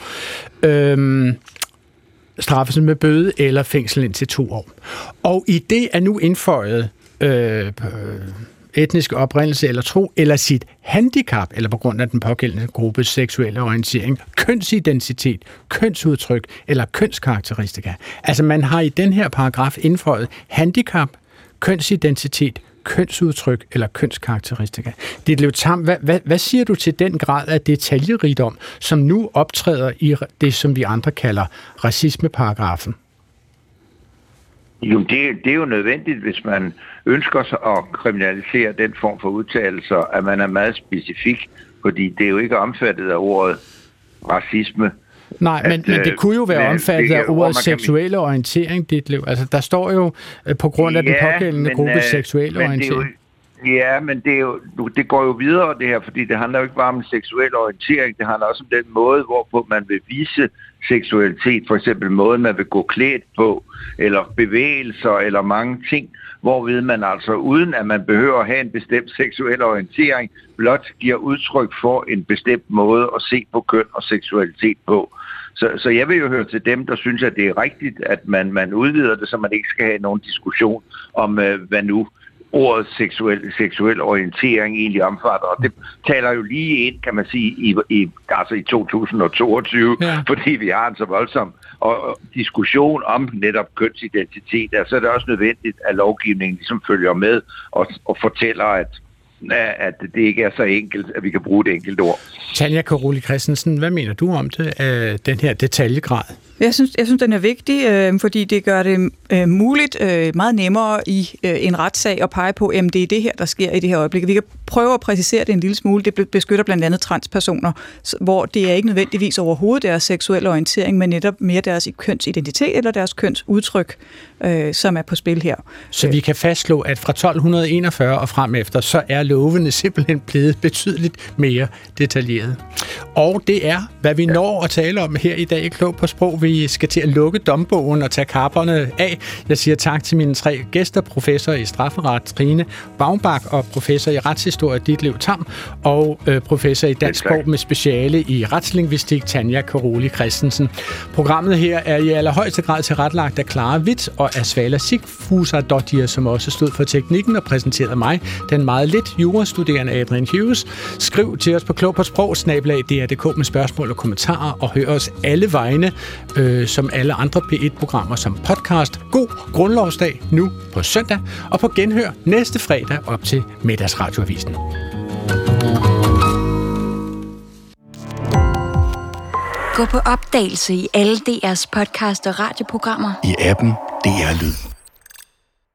øhm, straffes med bøde eller fængsel indtil to år. Og i det er nu indføjet øh, etnisk oprindelse eller tro, eller sit handicap, eller på grund af den pågældende gruppes seksuelle orientering, kønsidentitet, kønsudtryk eller kønskarakteristika. Altså man har i den her paragraf indføjet handicap, kønsidentitet, kønsudtryk eller kønskarakteristika. Ditlev Tamm, hvad, hvad, hvad siger du til den grad af detaljerigdom, som nu optræder i det, som vi andre kalder racismeparagrafen? Jo, det, det er jo nødvendigt, hvis man ønsker sig at kriminalisere den form for udtalelser, at man er meget specifik, fordi det er jo ikke omfattet af ordet racisme. Nej, at, men, men det kunne jo være omfattet af ordet seksuelle orientering, Ditlev. Altså, der står jo på grund af ja, den pågældende men, gruppe seksuelle orientering. Ja, men det, er jo, det går jo videre, det her, fordi det handler jo ikke bare om seksuel orientering, det handler også om den måde, hvorpå man vil vise seksualitet, for eksempel måden, man vil gå klædt på, eller bevægelser, eller mange ting, hvorved man altså, uden at man behøver at have en bestemt seksuel orientering, blot giver udtryk for en bestemt måde at se på køn og seksualitet på. Så, så jeg vil jo høre til dem, der synes, at det er rigtigt, at man, man udvider det, så man ikke skal have nogen diskussion om, øh, hvad nu ordet seksuel, seksuel orientering egentlig omfatter. Og det taler jo lige ind, kan man sige, i, i, altså i to tusind og toogtyve, ja. Fordi vi har en så voldsom og, diskussion om netop kønsidentitet. Så er det også nødvendigt, at lovgivningen ligesom følger med og, og fortæller, at at det ikke er så enkelt, at vi kan bruge det enkelt ord. Tanja Caroli Christensen, hvad mener du om det, af den her detaljegrad? Jeg synes, jeg synes, den er vigtig, øh, fordi det gør det øh, muligt, øh, meget nemmere i øh, en retssag at pege på, at det er det her, der sker i det her øjeblik. Vi kan prøve at præcisere det en lille smule. Det beskytter blandt andet transpersoner, hvor det er ikke nødvendigvis overhovedet deres seksuelle orientering, men netop mere deres kønsidentitet eller deres kønsudtryk, øh, som er på spil her. Så vi kan fastslå, at fra tolv enogfyrre og frem efter, så er lovene simpelthen blevet betydeligt mere detaljeret. Og det er, hvad vi når at tale om her i dag i Klog på Sprog. Vi skal til at lukke dombogen og tage kapperne af. Jeg siger tak til mine tre gæster, professor i strafferet Trine Baumbach og professor i retshistorie Ditlev Tamm og øh, professor i dansk sprog med speciale i retslingvistik Tanja Caroli Christensen. Programmet her er i allerhøjeste grad tilrettelagt af Clara Witt og af Svala Sigfusardottir, som også stod for teknikken og præsenterede mig, den meget lidt jurastuderende Adrian Hughes. Skriv til os på klog på sprog snabel-a d r punktum d k med spørgsmål og kommentarer, og hør os alle vegne, øh, som alle andre P et programmer som podcast. God grundlovsdag nu på søndag, og på genhør næste fredag op til Middagsradioavisen. Gå på opdagelse i alle D R's podcast og radioprogrammer. I appen D R Lyd.